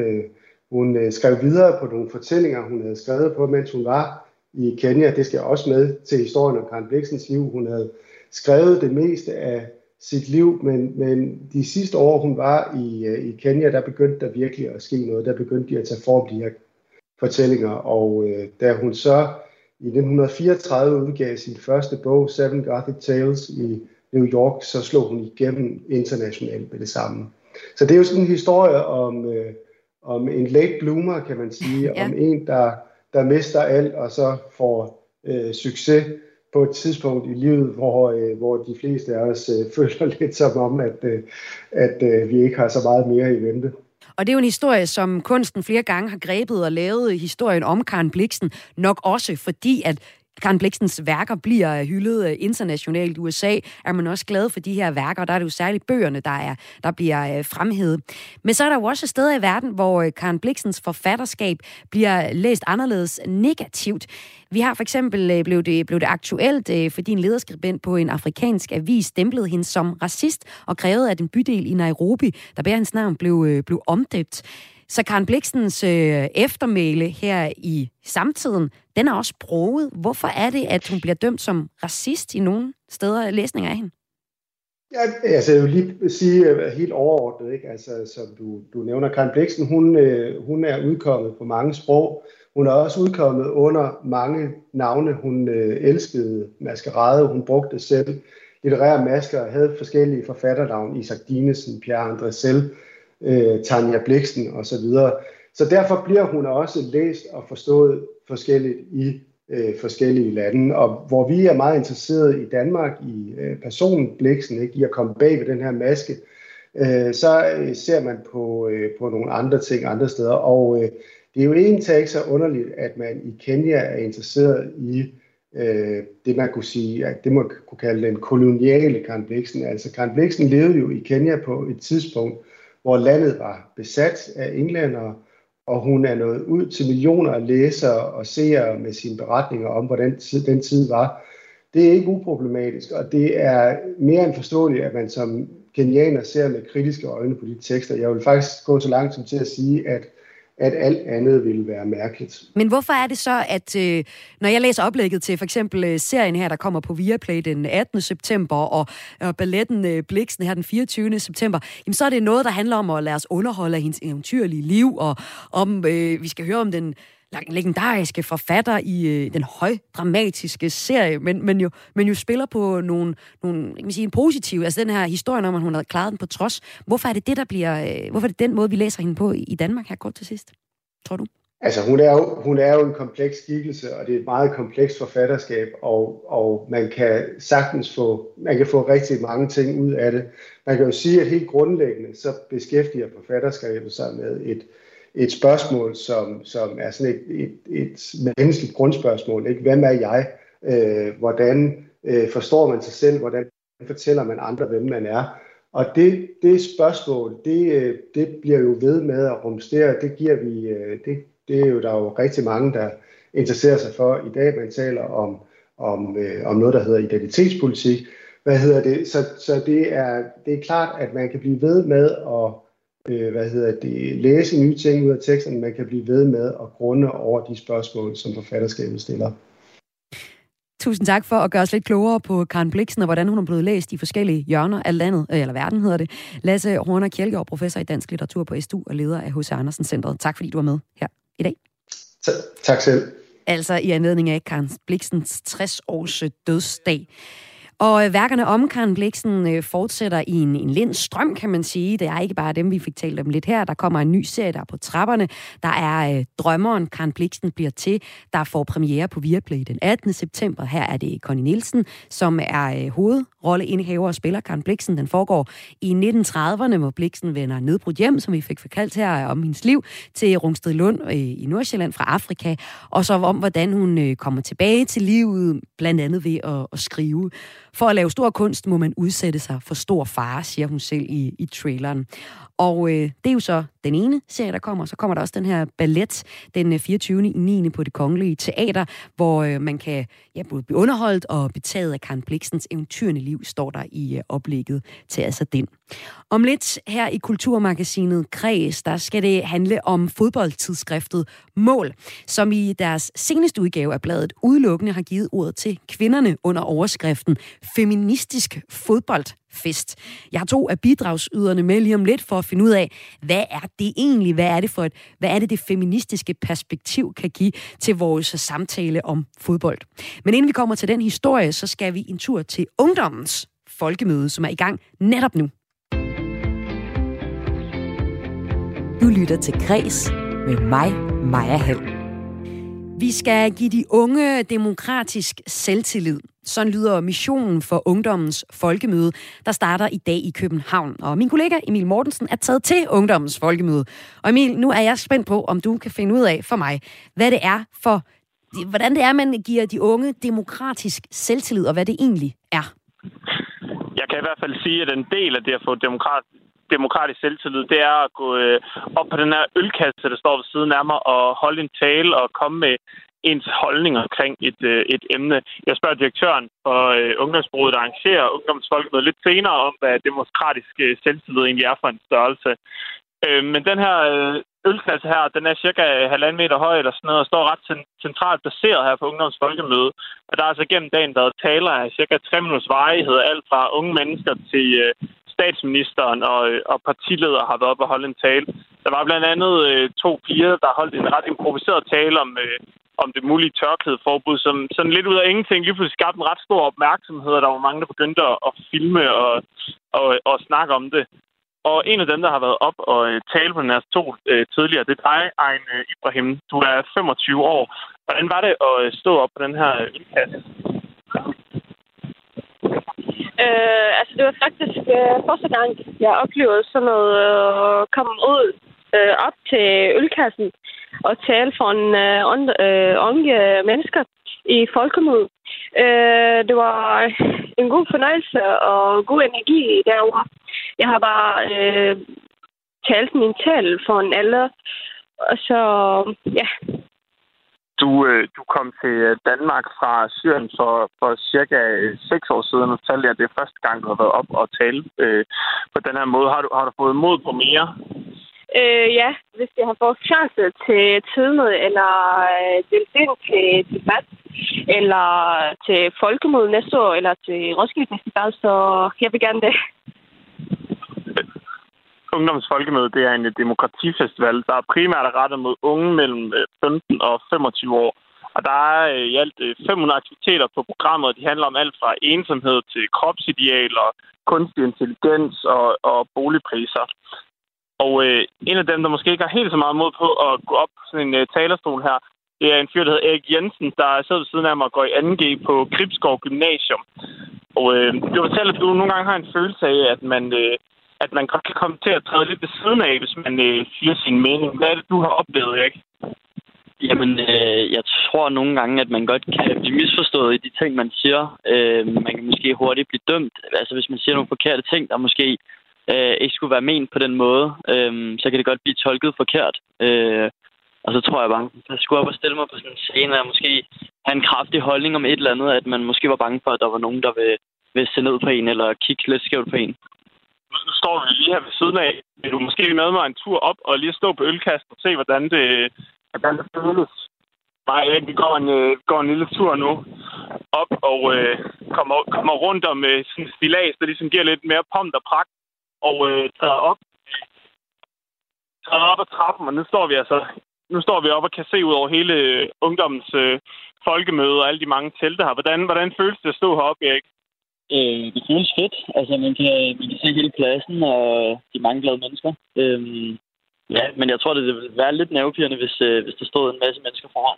hun skrev videre på nogle fortællinger, hun havde skrevet på, mens hun var i Kenya. Det skal også med til historien om Karen Blixens liv. Hun havde skrevet det meste af sit liv, men, men de sidste år, hun var i, i Kenya, der begyndte der virkelig at ske noget. Der begyndte de at tage form, de her fortællinger, og øh, da hun så i nitten fireogtredive udgav sin første bog, Seven Gothic Tales, i New York, så slog hun igennem internationalt med det samme. Så det er jo sådan en historie om, øh, om en late bloomer, kan man sige, ja. Om en, der, der mister alt, og så får øh, succes på et tidspunkt i livet, hvor, øh, hvor de fleste af os øh, føler lidt som om, at, øh, at øh, vi ikke har så meget mere i vente. Og det er jo en historie, som kunsten flere gange har grebet og lavet historien om Karen Blixen, nok også fordi, at Karen Blixens værker bliver hyldet internationalt. I U S A er man også glad for de her værker, og der er det jo særligt bøgerne, der, er, der bliver fremhævet. Men så er der jo også steder i verden, hvor Karen Blixens forfatterskab bliver læst anderledes negativt. Vi har for eksempel blev det, blev det aktuelt, fordi en lederskribent på en afrikansk avis stemplede hende som racist og krævede, at en bydel i Nairobi, der bærer hendes navn, blev, blev omdøbt. Så Karen Blixens øh, eftermæle her i samtiden, den er også broget. Hvorfor er det, at hun bliver dømt som racist i nogle steder læsninger af hende? Ja, altså jeg vil lige sige helt overordnet, ikke? Altså, som du, du nævner, Karen Blixen, hun, øh, hun er udkommet på mange sprog. Hun er også udkommet under mange navne. Hun øh, elskede maskerade, hun brugte selv litterære masker, havde forskellige forfatternavne, Isak Dinesen, Pierre André Selv, øh, Tanja Blixen osv. Så, så derfor bliver hun også læst og forstået forskelligt i øh, forskellige lande. Og hvor vi er meget interesserede i Danmark i øh, personen Blixen, ikke, i at komme bag ved den her maske, øh, så øh, ser man på, øh, på nogle andre ting andre steder. Og øh, det er jo egentlig ikke så underligt, at man i Kenya er interesseret i øh, det, man kunne sige, at det man kunne kalde den koloniale Karen Blixen. Altså Karen Blixen levede jo i Kenya på et tidspunkt, hvor landet var besat af englændere, og hun er nået ud til millioner af læsere og seere med sine beretninger om, hvordan den tid var. Det er ikke uproblematisk, og det er mere end forståeligt, at man som kenianer ser med kritiske øjne på de tekster. Jeg vil faktisk gå så langt som til at sige, at at alt andet ville være mærkeligt. Men hvorfor er det så, at øh, når jeg læser oplægget til for eksempel øh, serien her, der kommer på Viaplay den attende september, og, og balletten øh, Blixen her den fireogtyvende september, jamen så er det noget, der handler om at lade os underholde af hendes eventyrlige liv, og om øh, vi skal høre om den legendariske forfatter i øh, den højdramatiske serie, men, men, jo, men jo spiller på nogle, nogle jeg kan sige, en positiv, altså den her historie om, at hun har klaret den på trods. Hvorfor er det det, der bliver, øh, hvorfor er det den måde, vi læser hende på i, i Danmark her kort til sidst, tror du? Altså hun er, jo, hun er jo en kompleks skikkelse, og det er et meget komplekst forfatterskab, og, og man kan sagtens få, man kan få rigtig mange ting ud af det. Man kan jo sige, at helt grundlæggende, så beskæftiger forfatterskabet sig med et et spørgsmål, som, som er sådan et, et, et menneskeligt grundspørgsmål. Ikke? Hvem er jeg? Øh, hvordan øh, forstår man sig selv? Hvordan fortæller man andre, hvem man er? Og det, det spørgsmål, det, det bliver jo ved med at rumstere. Det giver vi, det, det er jo der er jo rigtig mange, der interesserer sig for i dag. Man taler om, om, om noget, der hedder identitetspolitik. Hvad hedder det? Så, så det, er, det er klart, at man kan blive ved med at hvad hedder det, læse nye ting ud af teksten. Man kan blive ved med at grunde over de spørgsmål, som forfatterskabet stiller. Tusind tak for at gøre os lidt klogere på Karen Blixen og hvordan hun er blevet læst i forskellige hjørner af landet, eller verden hedder det. Lasse Horner Kjeldgaard, professor i dansk litteratur på S D U og leder af H C Andersen Centret. Tak fordi du var med her i dag. T- tak selv. Altså i anledning af Karen Blixens tres års dødsdag. Og værkerne om Karen Blixen fortsætter i en, en lind strøm, kan man sige. Det er ikke bare dem, vi fik talt om lidt her. Der kommer en ny serie, der er på trapperne. Der er øh, Drømmeren, Karen Blixen bliver til, der får premiere på Viaplay den attende september. Her er det Connie Nielsen, som er øh, hovedrolleindehaver og spiller Karen Blixen. Den foregår i nitten trediverne, hvor Blixen vender nedbrudt hjem, som vi fik fortalt her om hendes liv, til Rungstedlund øh, i Nordsjælland fra Afrika. Og så om, hvordan hun øh, kommer tilbage til livet, blandt andet ved at, at skrive. For at lave stor kunst må man udsætte sig for stor fare, siger hun selv i, i traileren. Og øh, det er jo så den ene serie, der kommer. Så kommer der også den her ballet den fireogtyvende niende på Det Kongelige Teater, hvor øh, man kan ja, både blive underholdt og betaget af Karen Blixens eventyrende liv, står der i øh, oplægget til altså den. Om lidt her i Kulturmagasinet Kreds, der skal det handle om fodboldtidsskriftet Mål, som i deres seneste udgave af bladet udelukkende har givet ordet til kvinderne under overskriften Feministisk fodboldfest. Jeg har to af bidragsyderne med lige om lidt for at finde ud af, hvad er det egentlig? Hvad er det for et, hvad er det, det feministiske perspektiv kan give til vores samtale om fodbold? Men inden vi kommer til den historie, så skal vi en tur til Ungdommens Folkemøde, som er i gang netop nu. Du lytter til Kreds med mig, Maja Hall. Vi skal give de unge demokratisk selvtillid. Sådan lyder missionen for Ungdommens Folkemøde, der starter i dag i København. Og min kollega Emil Mortensen er taget til Ungdommens Folkemøde. Og Emil, nu er jeg spændt på, om du kan finde ud af for mig, hvad det er for, hvordan det er, man giver de unge demokratisk selvtillid, og hvad det egentlig er. Jeg kan i hvert fald sige, at en del af det at få demokrat demokratisk selvtillid, det er at gå øh, op på den her ølkasse, der står ved siden af mig, og holde en tale og komme med ens holdning omkring et, øh, et emne. Jeg spørger direktøren for øh, Ungdomsbureauet, der arrangerer Ungdomsfolkemødet lidt senere om, hvad demokratisk øh, selvtillid egentlig er for en størrelse. Øh, men den her øh, ølkasse her, den er cirka halvanden meter høj eller sådan noget, og står ret centralt placeret her på Ungdomsfolkemødet. Og der er altså gennem dagen været taler af cirka tre minutters varighed, alt fra unge mennesker til øh, statsministeren og, og partiledere har været oppe og holde en tale. Der var blandt andet øh, to piger, der holdt en ret improviseret tale om, øh, om det mulige tørklædeforbud, som sådan lidt ud af ingenting lige pludselig skabte en ret stor opmærksomhed, og der var mange, der begyndte at, at filme og, og, og snakke om det. Og en af dem, der har været op og øh, tale på den her to øh, tidligere, det er dig, Ayn øh, Ibrahim. Du er femogtyve år. Hvordan var det at stå op på den her ølkasse? Øh, altså, det var faktisk øh, første gang, jeg oplevede sådan noget at øh, komme ud øh, op til ølkassen og tale for en øh, øh, unge mennesker i folkemødet. Øh, det var en god fornøjelse og god energi derovre. Jeg har bare øh, talt min tale for en alder, og så, ja. Du, øh, du kom til Danmark fra Syrien for, for cirka seks år siden, og fortalte at det er første gang, du har været op og tale øh, på den her måde. Har du, har du fået mod på mere? Øh, ja, hvis jeg har fået chance til tidmøde, eller øh, deltagelse til debat, eller til folkemøde næste år, eller til Roskilde Festival, så jeg vil gerne det. Ungdommens Folkemøde, det er en demokratifestival, der er primært rettet mod unge mellem femten og femogtyve år. Og der er i alt fem hundrede aktiviteter på programmet, og de handler om alt fra ensomhed til kropsidealer, kunstig intelligens og, og boligpriser. Og øh, en af dem, der måske ikke har helt så meget mod på at gå op på sådan en uh, talerstol her, det er en fyr, der hedder Erik Jensen, der sidder ved siden af mig og går i anden G på Gribskov Gymnasium. Og øh, du fortæller, at du nogle gange har en følelse af, at man... Øh, at man godt kan komme til at træde lidt ved siden af, hvis man øh, siger sin mening. Hvad er det, du har oplevet, Erik? Jamen, øh, jeg tror nogle gange, at man godt kan blive misforstået i de ting, man siger. Øh, man kan måske hurtigt blive dømt. Altså, hvis man siger nogle forkerte ting, der måske øh, ikke skulle være ment på den måde, øh, så kan det godt blive tolket forkert. Øh, og så tror jeg bare, at jeg skulle op og stille mig på sådan en scene, og måske have en kraftig holdning om et eller andet, at man måske var bange for, at der var nogen, der vil, vil se ned på en, eller kigge lidt skævt på en. Nu står vi lige her ved siden af. Vil du måske med mig en tur op og lige stå på ølkassen og se, hvordan det, hvordan det føles? Nej, vi går en, går en lille tur nu op og øh, kommer, kommer rundt om øh, sådan en stillads, der ligesom giver lidt mere pomp og pragt, og øh, tager op, tager op ad trappen, og nu står vi altså nu står vi op og kan se ud over hele ungdommens øh, folkemøde og alle de mange telte her. Hvordan, hvordan føles det at stå heroppe, Erik? Øh, det føles fedt. Altså, man kan, man kan se hele pladsen og de mange glade mennesker. Øhm, ja, men jeg tror, det ville være lidt nervepirrende, hvis, øh, hvis der stod en masse mennesker foran.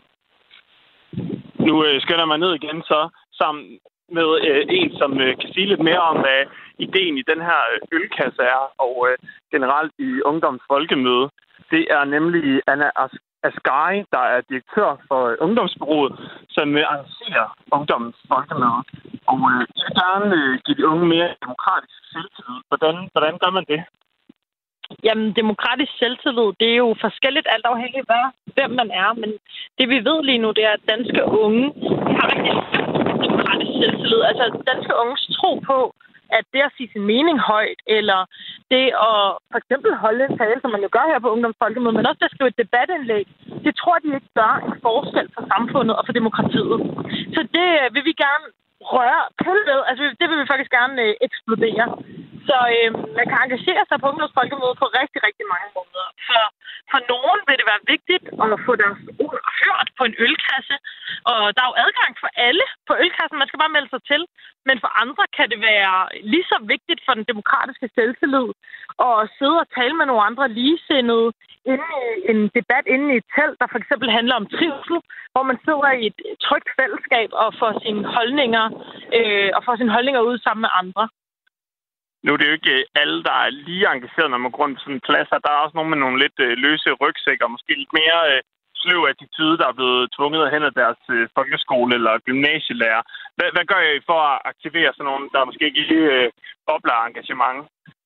Nu øh, skynder jeg mig ned igen så, sammen med øh, en, som øh, kan sige lidt mere om, hvad ideen i den her ølkasse er, og øh, generelt i Ungdoms Folkemøde. Det er nemlig Anna Asghari, der er direktør for Ungdomsbureauet, som øh, arrangerer Ungdommens Folkemøde. Og øh, jeg vil gerne øh, give de unge mere demokratisk selvtillid. Hvordan, hvordan gør man det? Jamen, demokratisk selvtillid, det er jo forskelligt alt afhængigt af, hvem man er. Men det vi ved lige nu, det er, at danske unge de har rigtig demokratisk selvtillid. Altså, danske unges tro på, at det at sige sin mening højt, eller det at for eksempel holde en tale, som man jo gør her på Ungdomsfolkemødet, men også det at skrive et debatindlæg, det tror de ikke gør en forskel for samfundet og for demokratiet. Så det vil vi gerne røre pille ved. Altså, det vil vi faktisk gerne øh, eksplodere. Så øh, man kan engagere sig på Ungdomsfolkemødet på rigtig, rigtig mange måder. For, for nogen vil det være vigtigt at få deres ord hørt på en ølkasse. Og der er jo adgang for alle på ølkassen. Man skal bare melde sig til. Men for andre kan det være lige så vigtigt for den demokratiske selvtillid at sidde og tale med nogle andre ligesindede inde i en debat inde i et telt, der for eksempel handler om trivsel, hvor man sidder i et trygt fællesskab og får sine holdninger, øh, og får sine holdninger ud sammen med andre. Nu er det jo ikke alle, der er lige engageret, når man går rundt på sådan en plads. Der er også nogen med nogle lidt øh, løse rygsækker, måske lidt mere øh, sløv attitude, der er blevet tvunget hen af deres øh, folkeskole- eller gymnasielærer. Hvad, hvad gør I for at aktivere sådan nogen, der måske ikke øh, bobler engagement?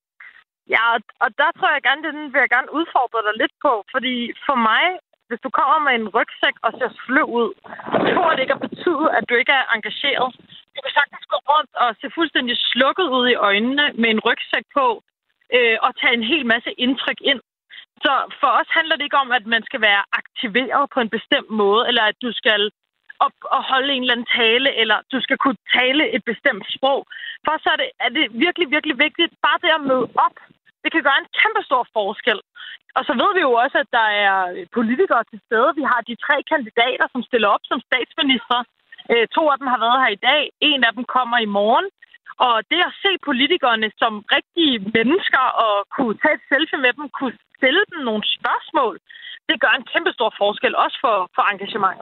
Ja, og der tror jeg gerne, den vil jeg gerne udfordre dig lidt på, fordi for mig, hvis du kommer med en rygsæk og ser sløv ud, så tror det ikke at betyde, at du ikke er engageret. Du kan sagtens gå rundt og se fuldstændig slukket ud i øjnene med en rygsæk på, øh, og tage en hel masse indtryk ind. Så for os handler det ikke om, at man skal være aktiveret på en bestemt måde, eller at du skal op og holde en eller anden tale, eller du skal kunne tale et bestemt sprog. For så er det, er det virkelig, virkelig vigtigt, bare det at møde op. Det kan gøre en kæmpe stor forskel. Og så ved vi jo også, at der er politikere til stede. Vi har de tre kandidater, som stiller op som statsminister. Øh, to af dem har været her i dag. En af dem kommer i morgen. Og det at se politikerne som rigtige mennesker og kunne tage et selfie med dem, kunne stille dem nogle spørgsmål, det gør en kæmpe stor forskel, også for, for engagementet.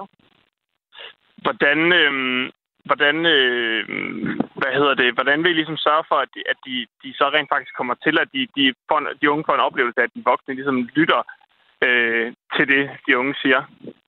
Hvordan, øh, hvordan, øh, hvad hedder det, hvordan vil I ligesom sørge for, at de, at de, de så rent faktisk kommer til, at de, de, får, de unge får en oplevelse af, at de voksne ligesom lytter øh, til det, de unge siger?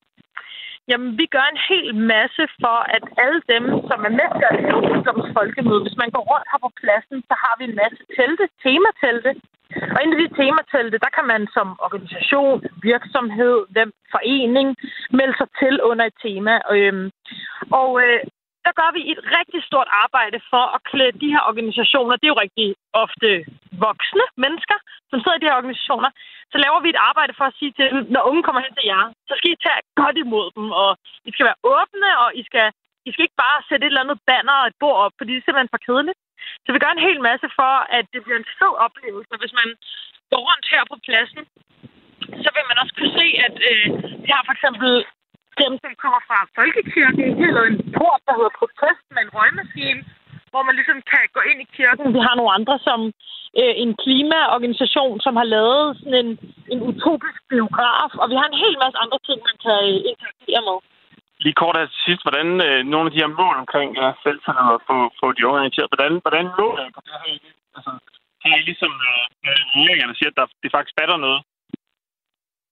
Jamen, vi gør en hel masse for, at alle dem, som er med til at lave Ungdommens Folkemøde, hvis man går rundt her på pladsen, så har vi en masse telte, tematelte. Og inden i de tematelte, der kan man som organisation, virksomhed, hvem, forening melde sig til under et tema. Øhm, og øh, der gør vi et rigtig stort arbejde for at klæde de her organisationer, det er jo rigtig ofte voksne mennesker, som sidder i de her organisationer, så laver vi et arbejde for at sige til dem, når unge kommer hen til jer, så skal I tage godt imod dem, og I skal være åbne, og I skal, I skal ikke bare sætte et eller andet banner og et bord op, fordi det er simpelthen for kedeligt. Så vi gør en hel masse for, at det bliver en fed oplevelse. Hvis man går rundt her på pladsen, så vil man også kunne se, at øh, vi har for eksempel dem, som kommer fra Folkekirken, de har lavet en port, der hedder Protest med en røgmaskine, hvor man ligesom kan gå ind i kirken. Vi har nogle andre, som øh, en klimaorganisation, som har lavet sådan en, en utopisk biograf, og vi har en hel masse andre ting, man kan øh, interagere med. Lige kort her til sidst, hvordan øh, nogle af de her mål omkring ja, selvtillid og få, få de unge orienteret, hvordan, hvordan måler I på det her? Altså, kan I ligesom øh, regeringerne siger, at der, det faktisk batter noget?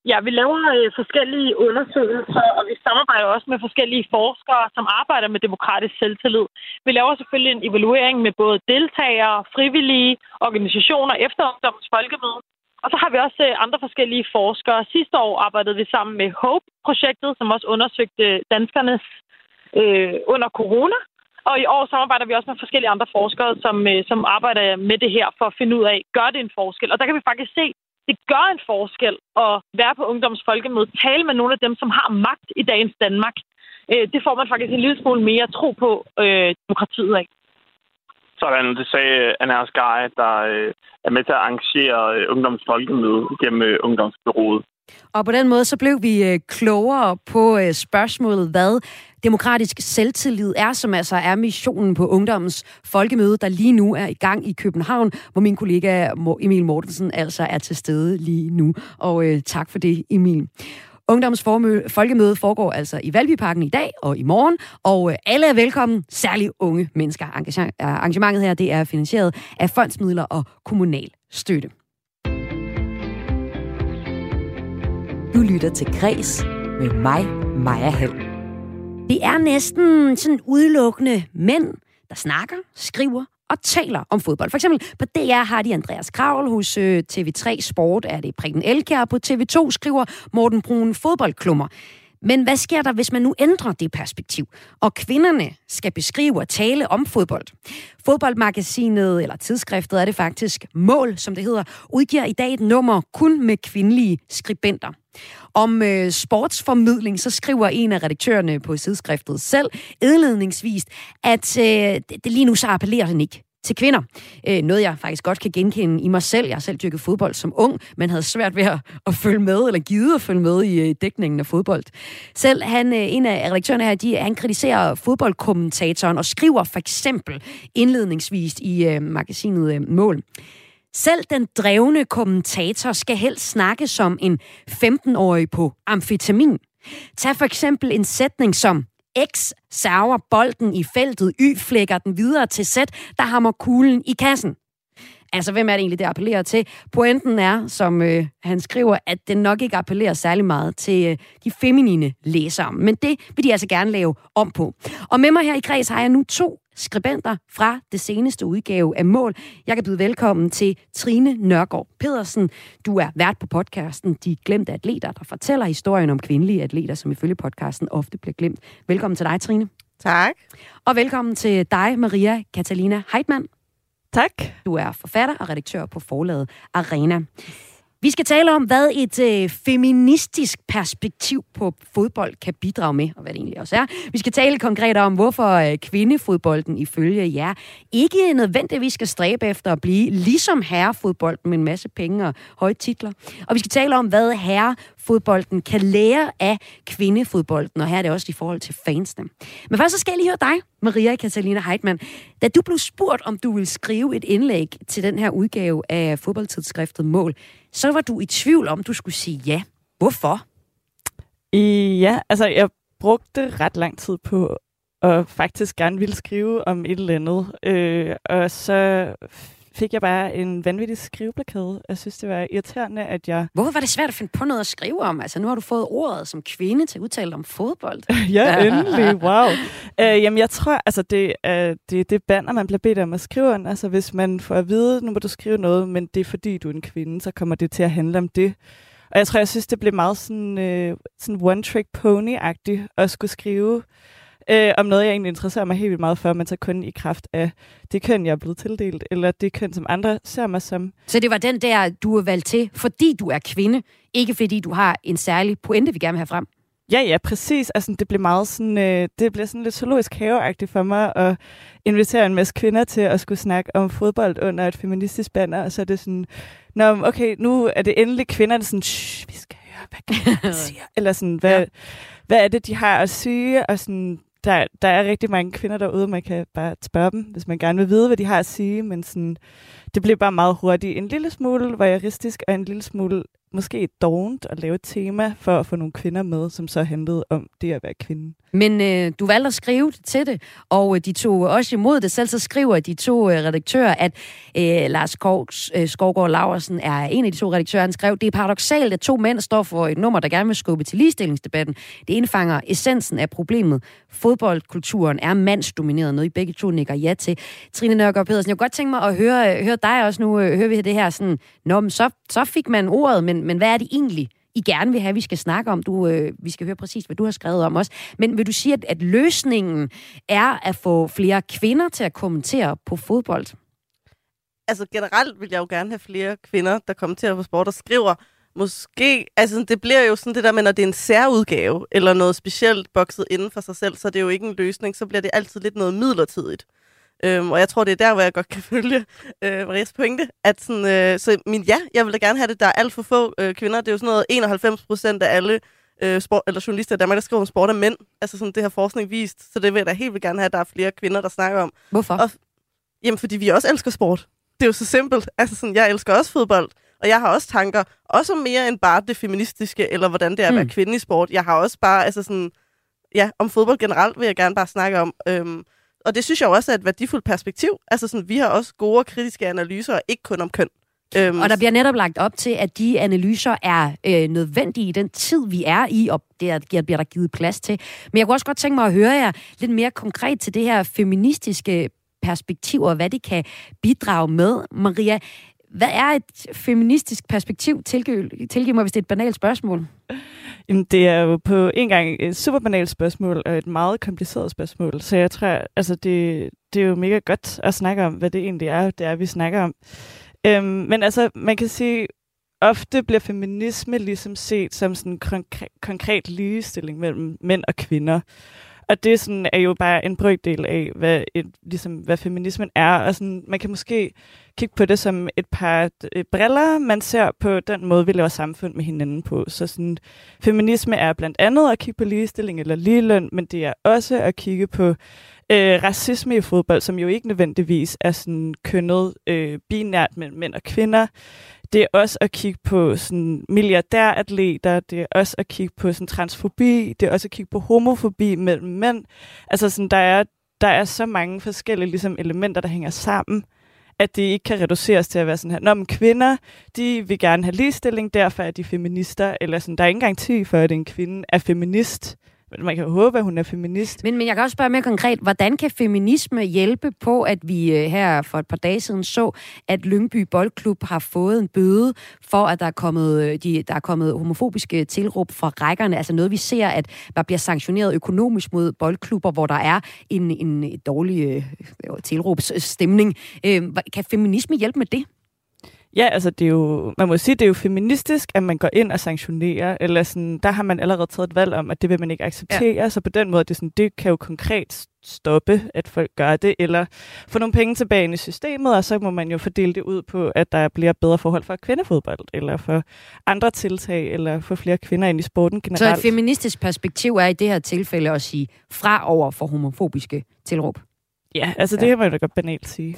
Ja, vi laver øh, forskellige undersøgelser, og vi samarbejder også med forskellige forskere, som arbejder med demokratisk selvtillid. Vi laver selvfølgelig en evaluering med både deltagere, frivillige, organisationer efter Ungdommens Folkemøde. Og så har vi også øh, andre forskellige forskere. Sidste år arbejdede vi sammen med HOPE-projektet, som også undersøgte danskernes øh, under corona. Og i år samarbejder vi også med forskellige andre forskere, som, øh, som arbejder med det her for at finde ud af, gør det en forskel? Og der kan vi faktisk se, det gør en forskel at være på Ungdommens Folkemøde, tale med nogle af dem, som har magt i dagens Danmark. Det får man faktisk en lille smule mere tro på øh, demokratiet af. Sådan, det sagde Anna Asgari, der øh, er med til at arrangere øh, Ungdommens Folkemøde gennem øh, Ungdomsbureauet. Og på den måde så blev vi øh, klogere på øh, spørgsmålet, hvad demokratisk selvtillid er, som altså er missionen på Ungdommens Folkemøde, der lige nu er i gang i København, hvor min kollega Emil Mortensen altså er til stede lige nu. Og øh, tak for det, Emil. Ungdommens Folkemøde foregår altså i Valbyparken i dag og i morgen, og øh, alle er velkommen, særligt unge mennesker. Arrangementet her, det er finansieret af fondsmidler og kommunal støtte. Du lytter til Græs med mig, Maja Hall. Det er næsten sådan udelukkende mænd, der snakker, skriver og taler om fodbold. For eksempel på D R har de Andreas Kravl, hos øh, T V tre Sport er det Preben Elkjær, på T V to skriver Morten Brun fodboldklummer. Men hvad sker der, hvis man nu ændrer det perspektiv, og kvinderne skal beskrive og tale om fodbold? Fodboldmagasinet, eller tidsskriftet er det faktisk, Mål, som det hedder, udgiver i dag et nummer kun med kvindelige skribenter. Om øh, sportsformidling, så skriver en af redaktørerne på tidsskriftet selv indledningsvis, at øh, det, det lige nu så appellerer den ikke til kvinder. Øh, noget, jeg faktisk godt kan genkende i mig selv. Jeg har selv dyrket fodbold som ung, men havde svært ved at, at følge med, eller givet at følge med i øh, dækningen af fodbold. Selv han, øh, en af redaktørerne her, de, han kritiserer fodboldkommentatoren og skriver for eksempel indledningsvis i øh, magasinet øh, Mål. Selv den drevne kommentator skal helst snakke som en femten-årig på amfetamin. Tag for eksempel en sætning som: X server bolden i feltet, Y flækker den videre til Z, der hammer kuglen i kassen. Altså, hvem er det egentlig, det appellerer til? Pointen er, som øh, han skriver, at den nok ikke appellerer særlig meget til øh, de feminine læsere. Men det vil de altså gerne lave om på. Og med mig her i Kreds har jeg nu to skribenter fra det seneste udgave af Mål. Jeg kan byde velkommen til Trine Nørgaard Pedersen. Du er vært på podcasten De Glemte Atleter, der fortæller historien om kvindelige atleter, som ifølge podcasten ofte bliver glemt. Velkommen til dig, Trine. Tak. Og velkommen til dig, Maria Catalina Heitmann. Tak. Du er forfatter og redaktør på forlaget Arena. Vi skal tale om, hvad et øh, feministisk perspektiv på fodbold kan bidrage med, og hvad det egentlig også er. Vi skal tale konkret om, hvorfor øh, kvindefodbolden ifølge jer ikke nødvendigvis skal stræbe efter at blive ligesom herrefodbolden med en masse penge og høje titler. Og vi skal tale om, hvad herrefodbolden kan lære af kvindefodbolden, og her er det også i forhold til fansene. Men først så skal jeg lige høre dig, Maria Catalina Heitmann. Da du blev spurgt, om du ville skrive et indlæg til den her udgave af fodboldtidsskriftet Mål, så var du i tvivl om, du skulle sige ja. Hvorfor? Ja, altså jeg brugte ret lang tid på at faktisk gerne ville skrive om et eller andet. Øh, og så fik jeg bare en vanvittig skriveblokade. Jeg synes, det var irriterende, at jeg... Hvorfor var det svært at finde på noget at skrive om? Altså, nu har du fået ordet som kvinde til at udtale om fodbold. Ja, endelig. Wow. øh, jamen, jeg tror, altså, det er det, det banner, man bliver bedt om at skrive om. Altså, hvis man får at vide, nu må du skrive noget, men det er fordi, du er en kvinde, så kommer det til at handle om det. Og jeg tror, jeg synes, det blev meget sådan, øh, sådan one-trick pony-agtigt at skulle skrive Øh, om noget, jeg egentlig interesserer mig helt vildt meget for, men så kun i kraft af det køn, jeg er blevet tildelt, eller det køn, som andre ser mig som. Så det var den der, du er valgt til, fordi du er kvinde, ikke fordi du har en særlig pointe, vi gerne vil have frem? Ja, ja, præcis. Altså, det blev meget sådan, øh, det blev sådan lidt zoologisk haveagtigt for mig at invitere en masse kvinder til at skulle snakke om fodbold under et feministisk banner, og så er det sådan, nå, okay, nu er det endelig kvinder, der er sådan, shh, vi skal høre, hvad kvinder siger, eller sådan, hvad, ja. hvad er det, de har at sige, og sådan, Der, der er rigtig mange kvinder derude, man kan bare spørge dem, hvis man gerne vil vide, hvad de har at sige, men sådan, det blev bare meget hurtigt en lille smule voyeuristisk og en lille smule måske dovent at lave et tema for at få nogle kvinder med, som så handlede om det at være kvinde. Men øh, du valgte at skrive til det, og de tog også imod det. Selv så skriver de to øh, redaktører, at øh, Lars Skovs, øh, Skovgaard Laursen er en af de to redaktører. Han skrev, det er paradoksalt, at to mænd står for et nummer, der gerne vil skubbe til ligestillingsdebatten. Det indfanger essensen af problemet. Fodboldkulturen er mandsdomineret, noget I begge to nikker ja til. Trine Nørgaard Pedersen, jeg kunne godt tænke mig at høre, høre dig også nu. Øh, hører vi det her sådan, nå, men så, så fik man ordet, men, men hvad er det egentlig, I gerne vil have, vi skal snakke om? Du, øh, vi skal høre præcis, hvad du har skrevet om også. Men vil du sige, at, at løsningen er at få flere kvinder til at kommentere på fodbold? Altså generelt vil jeg jo gerne have flere kvinder, der kommenterer på sport og skriver. Måske, altså det bliver jo sådan det der med, når det er en særudgave, eller noget specielt bokset inden for sig selv, så det er jo ikke en løsning, så bliver det altid lidt noget midlertidigt. Øhm, og jeg tror, det er der, hvor jeg godt kan følge øh, Marias pointe. At sådan, øh, så min ja, jeg vil da gerne have det. Der er alt for få øh, kvinder. Det er jo sådan noget enoghalvfems procent af alle øh, sport, eller journalister i Danmark, der skriver om sport af mænd. Altså sådan, det har forskning vist. Så det vil jeg da helt vil gerne have, at der er flere kvinder, der snakker om. Hvorfor? Og, jamen, fordi vi også elsker sport. Det er jo så simpelt. Altså sådan, jeg elsker også fodbold. Og jeg har også tanker, også om mere end bare det feministiske, eller hvordan det er at være mm. kvinde i sport. Jeg har også bare, altså sådan, ja, om fodbold generelt vil jeg gerne bare snakke om. Øhm, Og det synes jeg også er et værdifuldt perspektiv. Altså sådan, vi har også gode kritiske analyser, ikke kun om køn. Øhm, og der bliver netop lagt op til, at de analyser er øh, nødvendige i den tid, vi er i, og det bliver der givet plads til. Men jeg kunne også godt tænke mig at høre jer lidt mere konkret til det her feministiske perspektiv, og hvad det kan bidrage med. Maria, hvad er et feministisk perspektiv? Tilgiv, tilgiv mig, hvis det er et banalt spørgsmål. Jamen, det er jo på en gang et super banalt spørgsmål, og et meget kompliceret spørgsmål. Så jeg tror, altså det, det er jo mega godt at snakke om, hvad det egentlig er, det er, vi snakker om. Øhm, men altså, man kan sige, ofte bliver feminisme ligesom set som sådan en konkre- konkret ligestilling mellem mænd og kvinder. Og det sådan, er jo bare en brøkdel af, hvad, et, ligesom, hvad feminismen er. Og sådan, man kan måske kigge på det som et par et briller, man ser på den måde, vi laver samfund med hinanden på. Så sådan, feminisme er blandt andet at kigge på ligestilling eller ligeløn, men det er også at kigge på øh, racisme i fodbold, som jo ikke nødvendigvis er sådan kønnet øh, binært mellem mænd og kvinder. Det er også at kigge på sådan milliardæratleter, det er også at kigge på sådan transfobi, det er også at kigge på homofobi mellem mænd. Altså sådan, der er, der er så mange forskellige ligesom, elementer, der hænger sammen, at det ikke kan reduceres til at være sådan her. Nå, men kvinder, de vil gerne have ligestilling, derfor er de feminister, eller sådan, der er ingen garanti for, at en kvinde er feminist. Man kan jo håbe, at hun er feminist. Men, men jeg kan også spørge mere konkret, hvordan kan feminisme hjælpe på, at vi her for et par dage siden så, at Lyngby Boldklub har fået en bøde for, at der er kommet, de, der er kommet homofobiske tilråb fra rækkerne. Altså noget, vi ser, at der bliver sanktioneret økonomisk mod boldklubber, hvor der er en, en dårlig øh, tilråbsstemning. Øh, kan feminisme hjælpe med det? Ja, altså det er jo, man må sige, det er jo feministisk, at man går ind og sanktionerer, eller sådan, der har man allerede taget et valg om, at det vil man ikke acceptere, ja. Så på den måde, det, sådan, det kan jo konkret stoppe, at folk gør det, eller få nogle penge tilbage i systemet, og så må man jo fordele det ud på, at der bliver bedre forhold for kvindefodbold, eller for andre tiltag, eller få flere kvinder ind i sporten generelt. Så et feministisk perspektiv er i det her tilfælde at sige fra over for homofobiske tilråb? Ja, altså ja. Det kan man jo godt banalt sige.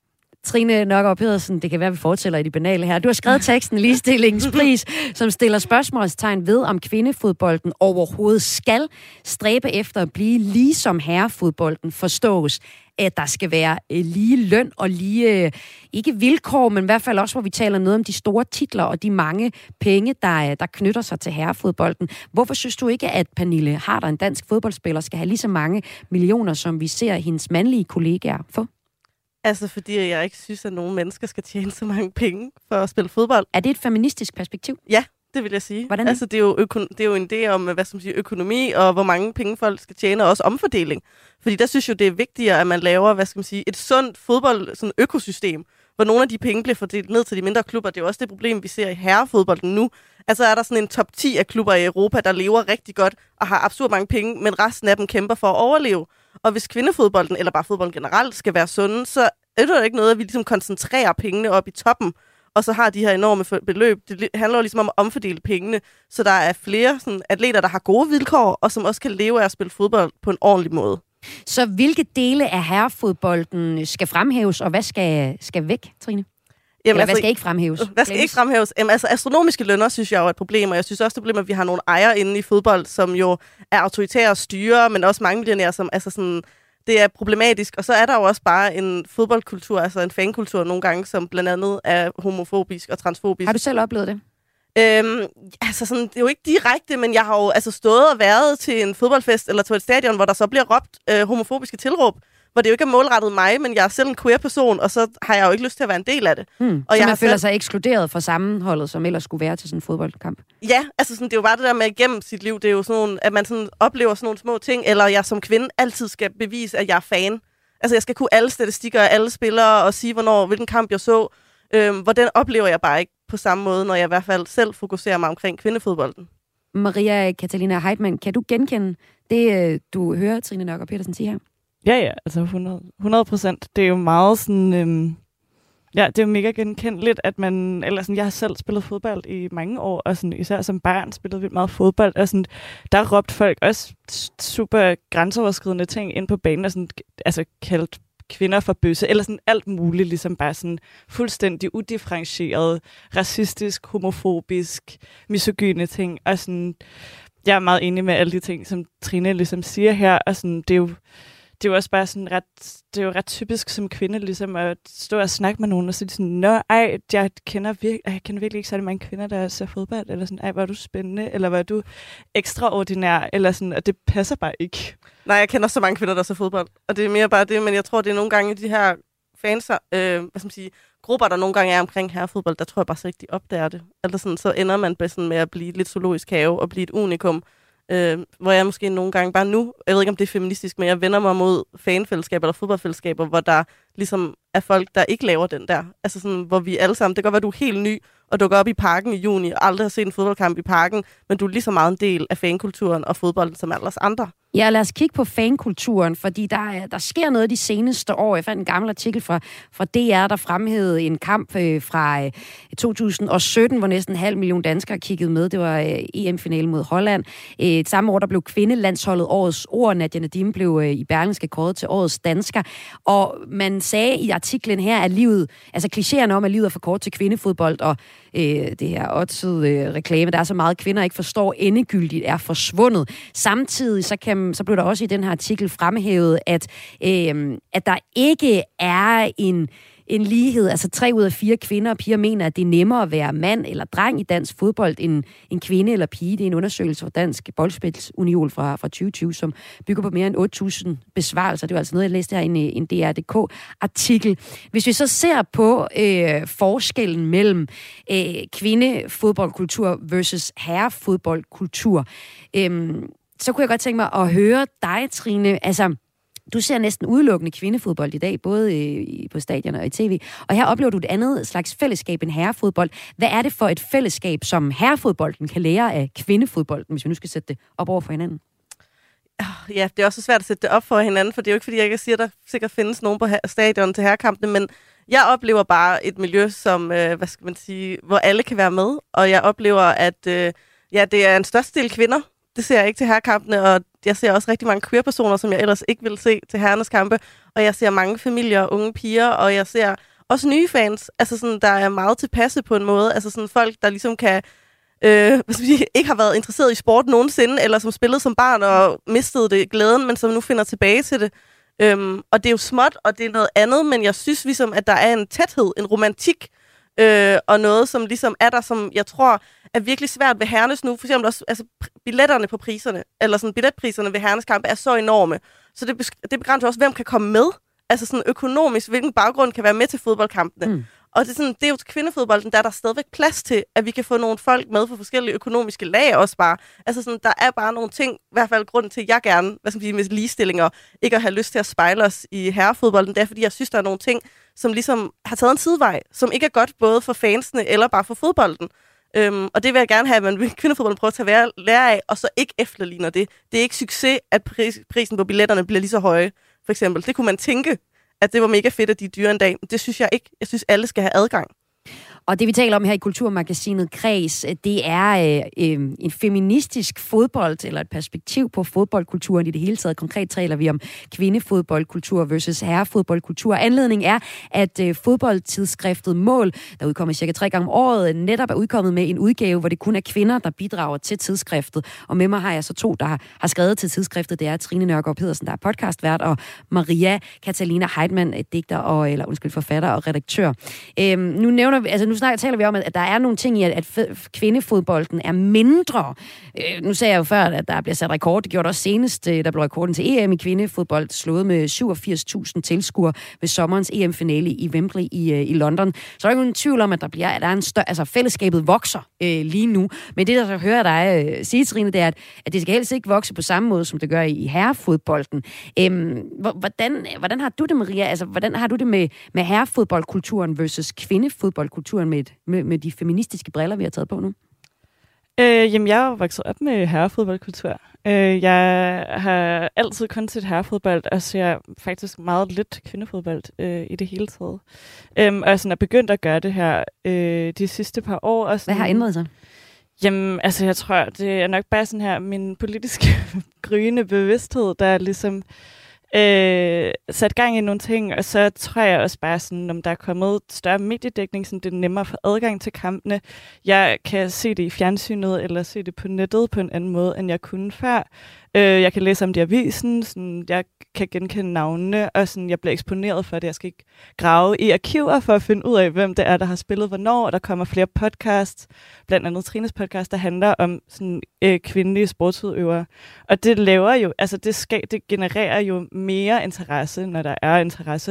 Trine Nørgaard Pedersen, det kan være, at vi fortæller i de banale her. Du har skrevet teksten Ligestillingspris, som stiller spørgsmålstegn ved, om kvindefodbolden overhovedet skal stræbe efter at blive ligesom herrefodbolden forstås. At der skal være lige løn og lige, ikke vilkår, men i hvert fald også, hvor vi taler noget om de store titler og de mange penge, der, der knytter sig til herrefodbolden. Hvorfor synes du ikke, at Pernille Harder, en dansk fodboldspiller, skal have lige så mange millioner, som vi ser hendes mandlige kollegaer få? Altså, fordi jeg ikke synes, at nogen mennesker skal tjene så mange penge for at spille fodbold. Er det et feministisk perspektiv? Ja, det vil jeg sige. Hvordan? Altså, det er, jo øko- det er jo en idé om, hvad skal man sige, økonomi og hvor mange penge folk skal tjene, og også omfordeling. Fordi der synes jeg, det er vigtigere, at man laver, hvad skal man sige, et sundt fodbold, sådan økosystem, hvor nogle af de penge bliver fordelt ned til de mindre klubber. Det er jo også det problem, vi ser i herrefodbolden nu. Altså er der sådan en top ti af klubber i Europa, der lever rigtig godt og har absurd mange penge, men resten af dem kæmper for at overleve. Og hvis kvindefodbolden, eller bare fodbolden generelt, skal være sunde, så er det jo ikke noget, at vi ligesom koncentrerer pengene op i toppen, og så har de her enorme beløb. Det handler jo ligesom om at omfordele pengene, så der er flere sådan, atleter, der har gode vilkår, og som også kan leve af at spille fodbold på en ordentlig måde. Så hvilke dele af herrefodbolden skal fremhæves, og hvad skal, skal væk, Trine? Jamen, Eller altså, hvad skal ikke fremhæves? Hvad skal ikke fremhæves? Jamen, altså, astronomiske lønner, synes jeg jo er et problem, og jeg synes også, det er et problem, at vi har nogle ejere inde i fodbold, som jo er autoritære styre, men også mange millionærer, som altså sådan, det er problematisk. Og så er der jo også bare en fodboldkultur, altså en fankultur nogle gange, som blandt andet er homofobisk og transfobisk. Har du selv oplevet det? Øhm, altså sådan, det er jo ikke direkte, men jeg har jo altså stået og været til en fodboldfest eller til et stadion, hvor der så bliver råbt øh, homofobiske tilråb, hvor det jo ikke er målrettet mig, men jeg er selv en queer-person, og så har jeg jo ikke lyst til at være en del af det. Hmm. Og så jeg man føler selv... sig ekskluderet fra sammenholdet, som ellers skulle være til sådan en fodboldkamp? Ja, altså sådan, det er jo bare det der med igennem sit liv, det er jo sådan nogle, at man sådan oplever sådan nogle små ting, eller jeg som kvinde altid skal bevise, at jeg er fan. Altså jeg skal kunne alle statistikker af alle spillere, og sige, hvornår, hvilken kamp jeg så. Øhm, hvor den oplever jeg bare ikke på samme måde, når jeg i hvert fald selv fokuserer mig omkring kvindefodbolden. Maria Katalina Heitmann, kan du genkende det, du hører Trine Nørgaard Petersen sige her? Ja, ja, altså hundrede procent. Det er jo meget sådan... Øhm, ja, det er jo mega genkendeligt, at man... Eller sådan, jeg har selv spillet fodbold i mange år, og sådan, især som barn spillede vi meget fodbold, og sådan, der råbte folk også super grænseoverskridende ting ind på banen, og sådan, altså kaldt kvinder for bøsse, eller sådan alt muligt, ligesom bare sådan fuldstændig udifferentieret, racistisk, homofobisk, misogyne ting, og sådan, jeg er meget enig med alle de ting, som Trine ligesom siger her, og sådan, det er jo det er jo også bare sådan ret, det er jo ret typisk som kvinde, ligesom at stå og snakke med nogen, og så er de sådan, nå, ej, jeg kender, virke, jeg kender virkelig ikke så mange kvinder, der ser fodbold, eller sådan, ej, hvor er du spændende, eller hvor er du ekstraordinær, eller sådan, og det passer bare ikke. Nej, jeg kender så mange kvinder, der ser fodbold, og det er mere bare det, men jeg tror, det er nogle gange de her fans, øh, hvad skal man sige, grupper, der nogle gange er omkring herrefodbold, der tror jeg bare så ikke, de opdager det. Altså sådan, så ender man sådan med at blive lidt zoologisk have, og blive et unikum, Øh, hvor jeg måske nogle gange bare nu, jeg ved ikke om det er feministisk, men jeg vender mig mod fanfællesskaber eller fodboldfællesskaber, hvor der ligesom er folk, der ikke laver den der. Altså sådan, hvor vi alle sammen, det kan godt være, du er helt ny og dukker op i parken i juni og aldrig har set en fodboldkamp i parken, men du er lige så meget en del af fankulturen og fodbolden som alle os andre. Ja, lad os kigge på fankulturen, fordi der, der sker noget de seneste år. Jeg fandt en gammel artikel fra, fra D R, der fremhævede en kamp øh, fra øh, to tusind og sytten, hvor næsten en halv million danskere kiggede med. Det var øh, E M-finalen mod Holland. Øh, samme år, der blev kvindelandsholdet årets ord. Nadia Nadim blev øh, i Berlingske kåret til årets dansker. Og man sagde i artiklen her, at livet, altså klichéerne om, at livet er for kort til kvindefodbold, og øh, det her oddsede øh, reklame, der er så meget kvinder ikke forstår, endegyldigt er forsvundet. Samtidig så kan så blev der også i den her artikel fremhævet, at, øh, at der ikke er en, en lighed. Altså tre ud af fire kvinder og piger mener, at det er nemmere at være mand eller dreng i dansk fodbold end en kvinde eller pige. Det er en undersøgelse fra Dansk Boldspilsunion fra, fra tyve tyve, som bygger på mere end otte tusind besvarelser. Det var altså noget, jeg læste her i en, en D R punktum D K-artikel. Hvis vi så ser på øh, forskellen mellem øh, kvindefodboldkultur versus herrefodboldkultur, øh, så kunne jeg godt tænke mig at høre dig, Trine. Altså, du ser næsten udelukkende kvindefodbold i dag, både i, på stadioner og i tv. Og her oplever du et andet slags fællesskab end herrefodbold. Hvad er det for et fællesskab, som herrefodbolden kan lære af kvindefodbolden, hvis vi nu skal sætte det op over for hinanden? Ja, det er også svært at sætte det op for hinanden, for det er jo ikke, fordi jeg ikke siger, at der sikkert findes nogen på stadion til herrekampene, men jeg oplever bare et miljø, som, øh, hvad skal man sige, hvor alle kan være med, og jeg oplever, at øh, ja, det er en største del kvinder. Det ser jeg ikke til herrekampene, og jeg ser også rigtig mange queer-personer, som jeg ellers ikke vil se til herrenes kampe. Og jeg ser mange familier, unge piger, og jeg ser også nye fans, altså sådan, der er meget tilpasse på en måde. Altså sådan folk, der ligesom kan, øh, hvad skal jeg sige, ikke har været interesseret i sport nogensinde, eller som spillede som barn og mistede det glæden, men som nu finder tilbage til det. Øhm, og det er jo småt, og det er noget andet, men jeg synes ligesom, at der er en tæthed, en romantik, øh, og noget, som ligesom er der, som jeg tror er virkelig svært ved herrenes nu. For eksempel også altså, billetterne på priserne, eller sådan billetpriserne ved herrenes kampe er så enorme. Så det, det begrænser også, hvem kan komme med. Altså sådan økonomisk, hvilken baggrund kan være med til fodboldkampene. Mm. Og det er, sådan, det er jo til kvindefodbolden, der er der stadigvæk plads til, at vi kan få nogle folk med fra forskellige økonomiske lag også bare. Altså sådan, der er bare nogle ting, i hvert fald grunden til, at jeg gerne, hvad skal man sige, med ligestillinger, ikke at have lyst til at spejle os i herrefodbolden. Det er, fordi jeg synes, der er nogle ting, som ligesom har taget en sidevej, som ikke er godt både for fansene eller bare for fodbolden. Øhm, og det vil jeg gerne have, at man kvindefodbolden prøver at tage lære af, og så ikke efterligner det. Det er ikke succes, at pris, prisen på billetterne bliver lige så høje, for eksempel. Det kunne man tænke, at det var mega fedt, at de er dyre en dag. Men det synes jeg ikke. Jeg synes, alle skal have adgang. Og det, vi taler om her i Kulturmagasinet Kreds, det er øh, øh, en feministisk fodbold, eller et perspektiv på fodboldkulturen i det hele taget. Konkret taler vi om kvindefodboldkultur versus herrefodboldkultur. Anledningen er, at øh, fodboldtidsskriftet Mål, der udkommer cirka tre gange om året, netop er udkommet med en udgave, hvor det kun er kvinder, der bidrager til tidsskriftet. Og med mig har jeg så to, der har, har skrevet til tidsskriftet. Det er Trine Nørgaard Pedersen, der er podcastvært, og Maria Catalina Heitmann, digter og, eller undskyld, forfatter og redaktør. Øhm, nu nævner vi, altså nu snakker, taler vi om, at der er nogle ting i, at, at kvindefodbolden er mindre. Øh, nu sagde jeg jo før, at der bliver sat rekord. Det gjorde der også senest. Der blev rekorden til E M i kvindefodbold slået med syvogfirs tusind tilskuere ved sommerens E M-finale i Wembley i, i London. Så er der ikke nogen tvivl om, at der bliver, at der er en større, altså fællesskabet vokser øh, lige nu. Men det, der så hører dig øh, sige, Trine, det er, at, at det skal helst ikke vokse på samme måde, som det gør i herrefodbolden. Øhm, hvordan, hvordan har du det, Maria? Altså, hvordan har du det med, med herrefodboldkulturen versus kvindefodboldkulturen med, med, med de feministiske briller, vi har taget på nu? Øh, jamen, jeg er jo vokset op med herrefodboldkultur. Øh, jeg har altid kun set herrefodbold, og ser faktisk meget lidt kvindefodbold øh, i det hele taget. Øhm, og sådan er begyndt at gøre det her øh, de sidste par år. Og sådan, hvad har ændret sig? Jamen, altså, jeg tror, det er nok bare sådan her, min politiske gryende bevidsthed, der ligesom øh, sat gang i nogle ting, og så tror jeg også bare sådan, om der er kommet større mediedækning, så det er nemmere at få adgang til kampene. Jeg kan se det i fjernsynet, eller se det på nettet på en anden måde, end jeg kunne før. Øh, jeg kan læse om det i avisen, sådan, jeg kan genkende navnene, og sådan, jeg bliver eksponeret for det. Jeg skal ikke grave i arkiver for at finde ud af, hvem det er, der har spillet hvornår, og der kommer flere podcasts, blandt andet Trines podcast, der handler om sådan, øh, kvindelige sportsudøvere. Og det laver jo, altså det, skal, det genererer jo mere interesse, når der er interesse.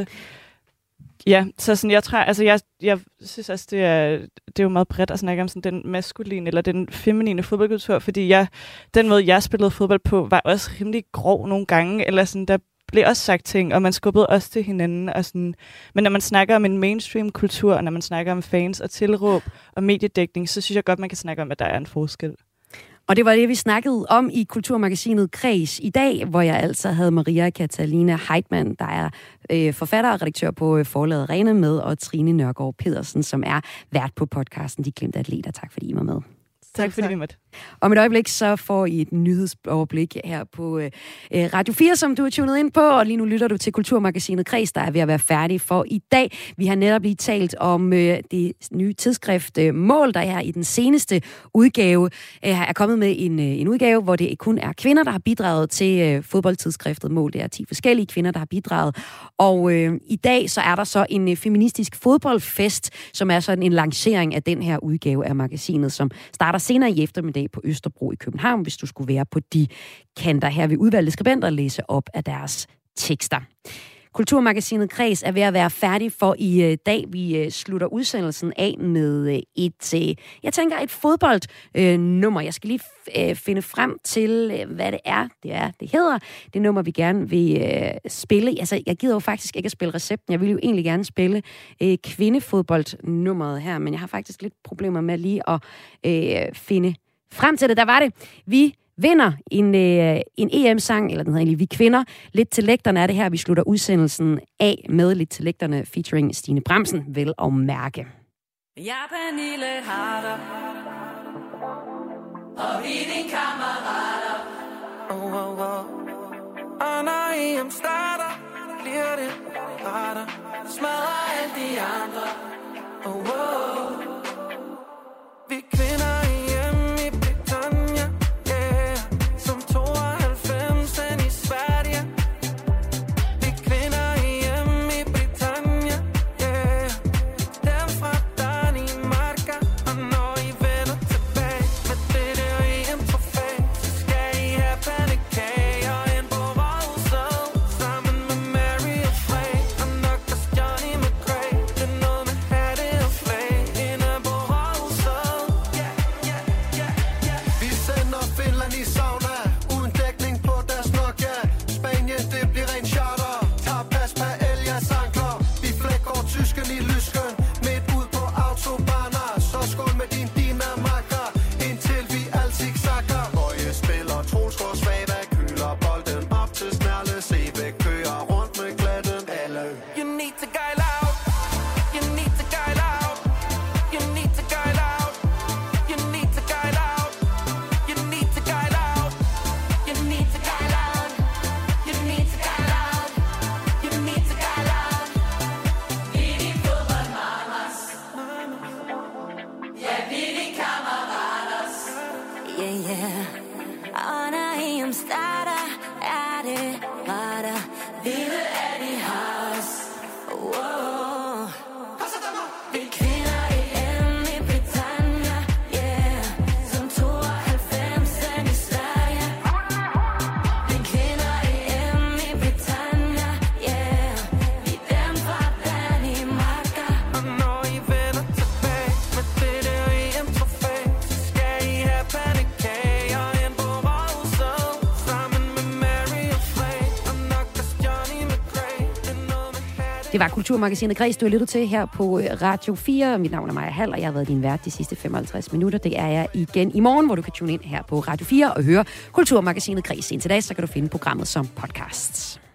Ja, så sådan, jeg tror, altså jeg, jeg synes også, det er, det er jo meget bredt at snakke om sådan den maskuline eller den feminine fodboldkultur, fordi jeg, den måde, jeg spillede fodbold på, var også rimelig grov nogle gange, eller sådan, der blev også sagt ting, og man skubbede også til hinanden, og sådan, men når man snakker om en mainstream kultur, og når man snakker om fans og tilråb og mediedækning, så synes jeg godt, man kan snakke om, at der er en forskel. Og det var det, vi snakkede om i Kulturmagasinet Kreds i dag, hvor jeg altså havde Maria Catalina Heitmann, der er øh, forfatter og redaktør på øh, forlaget Rene med, og Trine Nørgaard Pedersen, som er vært på podcasten De Glemte Atleter. Tak fordi I var med. Tak fordi vi måtte. Om et øjeblik så får I et nyhedsoverblik her på øh, Radio fire, som du er tunet ind på, og lige nu lytter du til Kulturmagasinet Kreds, der er ved at være færdig for i dag. Vi har netop lige talt om øh, det nye tidsskrift øh, Mål, der er i den seneste udgave øh, er kommet med en, øh, en udgave, hvor det kun er kvinder, der har bidraget til øh, fodboldtidsskriftet Mål. Det er ti forskellige kvinder, der har bidraget. Og øh, i dag så er der så en øh, feministisk fodboldfest, som er sådan en lancering af den her udgave af magasinet, som starter senere i eftermiddag på Østerbro i København, hvis du skulle være på de kanter. Her vil udvalgte skribenter læse op af deres tekster. Kulturmagasinet Kreds er ved at være færdig for i uh, dag. Vi uh, slutter udsendelsen af med uh, et, uh, jeg tænker, et fodboldnummer. Uh, jeg skal lige f- uh, finde frem til, uh, hvad det er, det er, det hedder. Det nummer, vi gerne vil uh, spille. Altså, jeg gider jo faktisk ikke at spille recepten. Jeg vil jo egentlig gerne spille uh, kvindefodboldnummeret her, men jeg har faktisk lidt problemer med lige at uh, finde frem til det. Der var det. Vi vinder en, øh, en E M-sang, eller den hedder egentlig Vi Kvinder. Lidt til lægterne er det her, vi slutter udsendelsen af med Lidt til lægterne featuring Stine Bramsen, vel og mærke. Jeg er Pernille Harder, og vi er dine kammerater. Oh, oh, oh. Og når E M starter, bliver det harder. Smadrer alle de andre. Oh, oh. Vi kvinder i Johnny McRae, yeah. Og når I om starter, er det retter. Vilde er de house. Wow. Vi kvinder i M i Britannia, yeah. Som tooghalvfemsen i Sverige. Vi kvinder i M i Britannia, yeah. Vi dem fra Danimarka. Og når I vender tilbage med det der E M-trofæ, så skal I have pandekager ind på Rådhuset, sammen med Mary og Frey, og nok også Johnny McRae. Det var Kulturmagasinet Græs, du har lyttet til her på Radio fire. Mit navn er Maja Hall, og jeg har været din vært de sidste femoghalvtreds minutter. Det er jeg igen i morgen, hvor du kan tune ind her på Radio fire og høre Kulturmagasinet Græs. Indtil da, så kan du finde programmet som podcast.